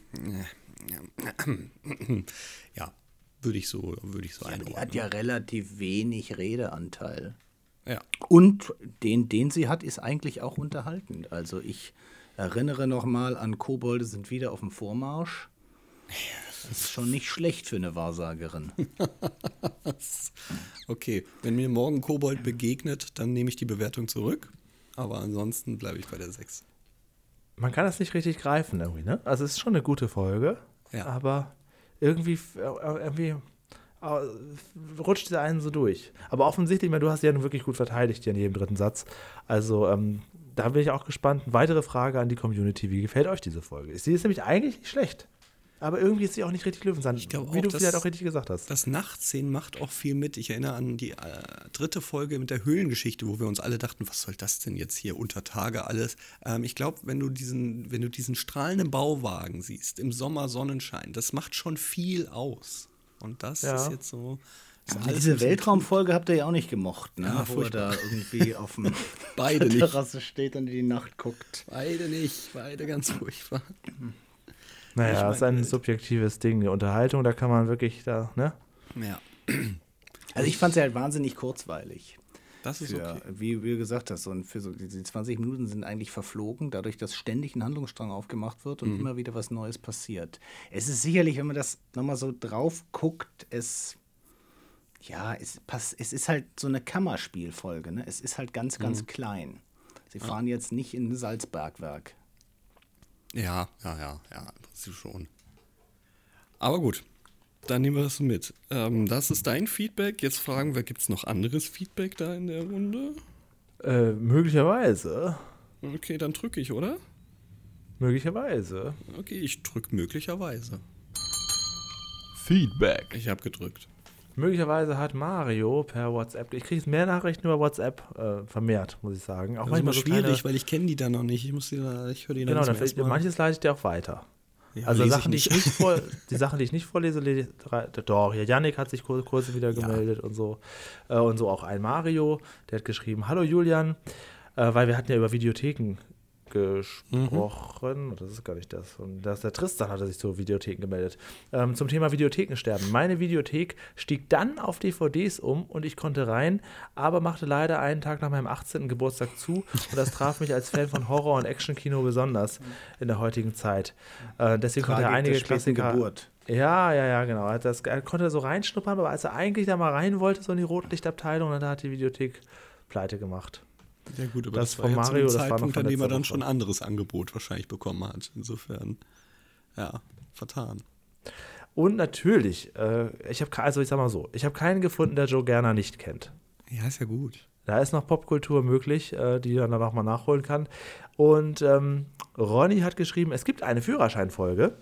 ja, würde ich so einordnen. Die hat ja relativ wenig Redeanteil. Ja. Und den sie hat, ist eigentlich auch unterhaltend. Also ich erinnere nochmal an Kobolde sind wieder auf dem Vormarsch. Das ist schon nicht schlecht für eine Wahrsagerin. Okay, wenn mir morgen Kobold begegnet, dann nehme ich die Bewertung zurück. Aber ansonsten bleibe ich bei der 6. Man kann das nicht richtig greifen irgendwie, ne? Also es ist schon eine gute Folge, ja. Aber irgendwie rutscht der einen so durch. Aber offensichtlich, du hast ja nun wirklich gut verteidigt hier in jedem dritten Satz. Also da bin ich auch gespannt. Weitere Frage an die Community. Wie gefällt euch diese Folge? Sie ist nämlich eigentlich nicht schlecht. Aber irgendwie ist sie auch nicht richtig löwensam, wie du vielleicht auch richtig gesagt hast. Das Nachtszenen macht auch viel mit. Ich erinnere an die 3. Folge mit der Höhlengeschichte, wo wir uns alle dachten, was soll das denn jetzt hier unter Tage alles? Ich glaube, wenn du diesen strahlenden Bauwagen siehst, im Sommer Sonnenschein, das macht schon viel aus. Und das ist jetzt so... Diese Weltraumfolge habt ihr ja auch nicht gemocht, ne? Ja, wo er da irgendwie auf dem Beide nicht. Terrasse steht und in die Nacht guckt. Beide nicht, beide ganz furchtbar. Naja, das ist ein subjektives Ding. Die Unterhaltung, da kann man wirklich ne? Ja. Also ich fand sie halt wahnsinnig kurzweilig. Das ist okay. Wie du gesagt hast, diese 20 Minuten sind eigentlich verflogen, dadurch, dass ständig ein Handlungsstrang aufgemacht wird und immer wieder was Neues passiert. Es ist sicherlich, wenn man das nochmal so drauf guckt, es ist halt so eine Kammerspielfolge. Ne? Es ist halt ganz, ganz klein. Sie fahren jetzt nicht in ein Salzbergwerk. Ja, schon. Aber gut, dann nehmen wir das mit. Das ist dein Feedback. Jetzt fragen wir, gibt es noch anderes Feedback da in der Runde? Möglicherweise. Okay, dann drücke ich, oder? Möglicherweise. Okay, ich drücke möglicherweise. Feedback. Ich habe gedrückt. Möglicherweise hat Mario per WhatsApp, ich kriege mehr Nachrichten über WhatsApp vermehrt, muss ich sagen. Auch das manchmal ist immer schwierig, weil ich kenne die dann noch nicht. Ich höre die dann zum ersten Mal. Manches leite ich dir auch weiter. Ja, also Sachen, die Sachen, die ich nicht vorlese, doch, hier Yannick hat sich kurz wieder gemeldet und so. Und so auch ein Mario, der hat geschrieben, hallo Julian, weil wir hatten ja über Videotheken gesprochen, das ist gar nicht das. Und der Tristan hatte sich zu Videotheken gemeldet. Zum Thema Videothekensterben. Meine Videothek stieg dann auf DVDs um und ich konnte rein, aber machte leider einen Tag nach meinem 18. Geburtstag zu und das traf mich als Fan von Horror- und Actionkino besonders in der heutigen Zeit. Deswegen konnte er einige Klassiker... Geburt. Ja, genau. Er konnte so reinschnuppern, aber als er eigentlich da mal rein wollte, so in die Rotlichtabteilung, dann hat die Videothek pleite gemacht. Ja gut, aber das war von Mario, zu einem Zeitpunkt, an dem er dann Woche schon ein anderes Angebot wahrscheinlich bekommen hat. Insofern, ja, vertan. Und natürlich, ich habe keinen gefunden, der Joe Gerner nicht kennt. Ja, ist ja gut. Da ist noch Popkultur möglich, die er dann auch mal nachholen kann. Und Ronny hat geschrieben, es gibt eine Führerscheinfolge.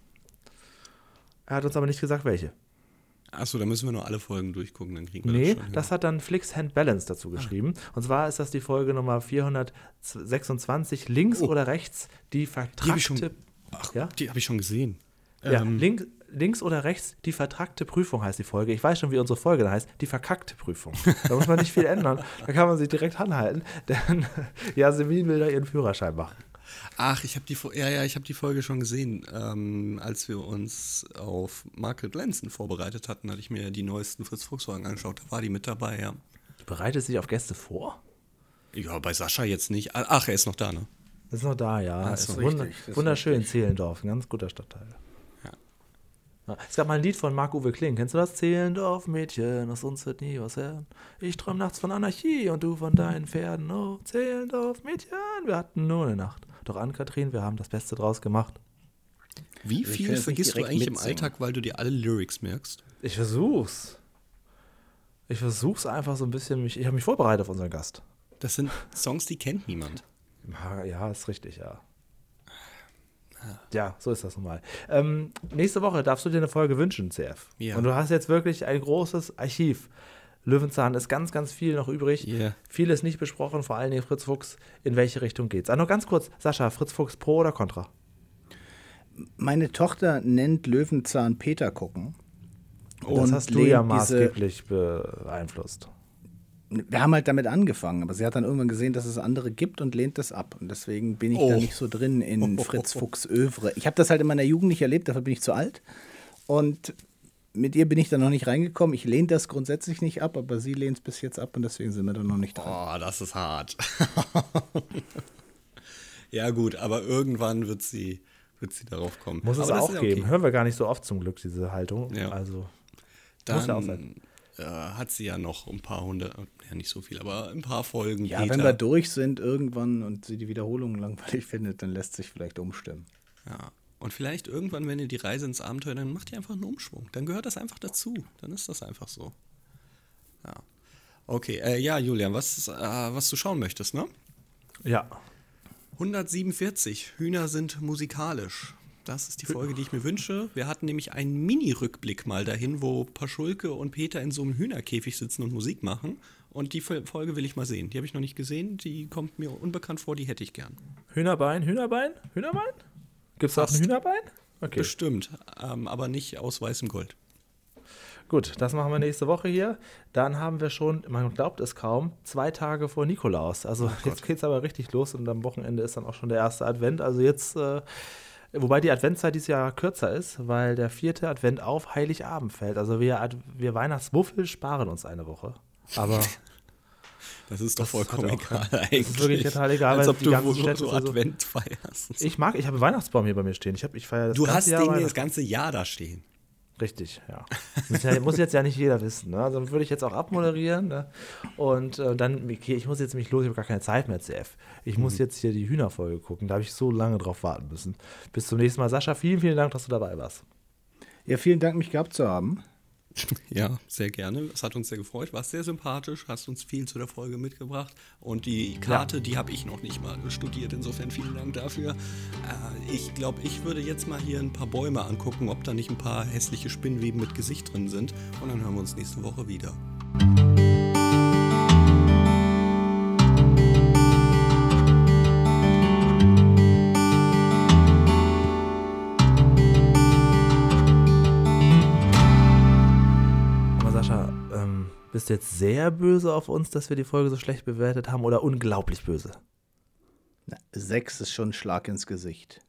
Er hat uns aber nicht gesagt, welche. Achso, da müssen wir nur alle Folgen durchgucken, dann kriegen wir das schon. Das hat dann Flix Hand Balance dazu geschrieben. Und zwar ist das die Folge Nummer 426, links oder rechts, die vertrackte... Die habe ich schon gesehen. Ja, links oder rechts, die vertrackte Prüfung heißt die Folge. Ich weiß schon, wie unsere Folge da heißt, die verkackte Prüfung. Da muss man nicht viel ändern, da kann man sie direkt anhalten, denn Jasmin will da ihren Führerschein machen. Ach, ich habe die Folge schon gesehen. Als wir uns auf Margaret Lenzen vorbereitet hatten, hatte ich mir die neuesten Fritz-Fuchs-Folgen angeschaut. Da war die mit dabei, ja. Du bereitest dich auf Gäste vor? Ja, bei Sascha jetzt nicht. Ach, er ist noch da, ne? Ist noch da, ja. Das ist wunderschön, Zehlendorf, ein ganz guter Stadtteil. Ja. Es gab mal ein Lied von Marc-Uwe Kling. Kennst du das? Zehlendorf, Mädchen, aus uns wird nie was werden. Ich träum nachts von Anarchie und du von deinen Pferden. Oh, Zehlendorf, Mädchen, wir hatten nur eine Nacht. Doch Ann-Kathrin, wir haben das Beste draus gemacht. Wie viel vergisst du eigentlich im Alltag, weil du dir alle Lyrics merkst? Ich versuch's einfach so ein bisschen. Ich habe mich vorbereitet auf unseren Gast. Das sind Songs, die kennt niemand. Ja, ist richtig, ja. Ja, so ist das nun mal. Nächste Woche darfst du dir eine Folge wünschen, CF. Ja. Und du hast jetzt wirklich ein großes Archiv. Löwenzahn ist ganz, ganz viel noch übrig. Yeah. Vieles nicht besprochen, vor allen Dingen Fritz Fuchs. In welche Richtung geht's? Noch ganz kurz, Sascha, Fritz Fuchs pro oder contra? Meine Tochter nennt Löwenzahn Peter gucken. Das hast du ja maßgeblich beeinflusst. Wir haben halt damit angefangen, aber sie hat dann irgendwann gesehen, dass es andere gibt und lehnt das ab. Und deswegen bin ich da nicht so drin in Fritz Fuchs Övre. Ich habe das halt in meiner Jugend nicht erlebt, dafür bin ich zu alt. Und mit ihr bin ich da noch nicht reingekommen. Ich lehne das grundsätzlich nicht ab, aber sie lehnt es bis jetzt ab und deswegen sind wir da noch nicht dran. Oh, das ist hart. Ja gut, aber irgendwann wird sie darauf kommen. Muss es auch geben. Okay. Hören wir gar nicht so oft zum Glück, diese Haltung. Ja. Also dann muss ja auch sein. Hat sie ja noch ein paar nicht so viel, aber ein paar Folgen. Ja, wenn wir durch sind irgendwann und sie die Wiederholungen langweilig findet, dann lässt sich vielleicht umstimmen. Ja. Und vielleicht irgendwann, wenn ihr die Reise ins Abenteuer, dann macht ihr einfach einen Umschwung. Dann gehört das einfach dazu. Dann ist das einfach so. Ja. Okay, ja, Julian, was du schauen möchtest, ne? Ja. 147. Hühner sind musikalisch. Das ist die Folge, die ich mir wünsche. Wir hatten nämlich einen Mini-Rückblick mal dahin, wo Paschulke und Peter in so einem Hühnerkäfig sitzen und Musik machen. Und die Folge will ich mal sehen. Die habe ich noch nicht gesehen. Die kommt mir unbekannt vor. Die hätte ich gern. Hühnerbein? Gibt es auch ein Hühnerbein? Okay. Bestimmt, aber nicht aus weißem Gold. Gut, das machen wir nächste Woche hier. Dann haben wir schon, man glaubt es kaum, 2 Tage vor Nikolaus. Also jetzt geht es aber richtig los und am Wochenende ist dann auch schon der erste Advent. Also jetzt, wobei die Adventszeit dieses Jahr kürzer ist, weil der 4. Advent auf Heiligabend fällt. Also wir Weihnachtsmuffel sparen uns eine Woche. Aber das ist doch vollkommen egal eigentlich. Das ist wirklich total egal, als weil ob du so Advent feierst. Ich habe einen Weihnachtsbaum hier bei mir stehen. Ich feiere das Du hast den das ganze Jahr da stehen. Richtig, ja. Muss jetzt ja nicht jeder wissen. Ne? Also würde ich jetzt auch abmoderieren. Ne? Und dann, okay, ich muss jetzt mich los, ich habe gar keine Zeit mehr, CF. Ich muss jetzt hier die Hühnerfolge gucken. Da habe ich so lange drauf warten müssen. Bis zum nächsten Mal. Sascha, vielen, vielen Dank, dass du dabei warst. Ja, vielen Dank, mich gehabt zu haben. Ja, sehr gerne. Es hat uns sehr gefreut. Warst sehr sympathisch, hast uns viel zu der Folge mitgebracht. Und die Karte, die habe ich noch nicht mal studiert. Insofern vielen Dank dafür. Ich glaube, ich würde jetzt mal hier ein paar Bäume angucken, ob da nicht ein paar hässliche Spinnweben mit Gesicht drin sind. Und dann hören wir uns nächste Woche wieder. Bist du jetzt sehr böse auf uns, dass wir die Folge so schlecht bewertet haben oder unglaublich böse? 6 ist schon ein Schlag ins Gesicht.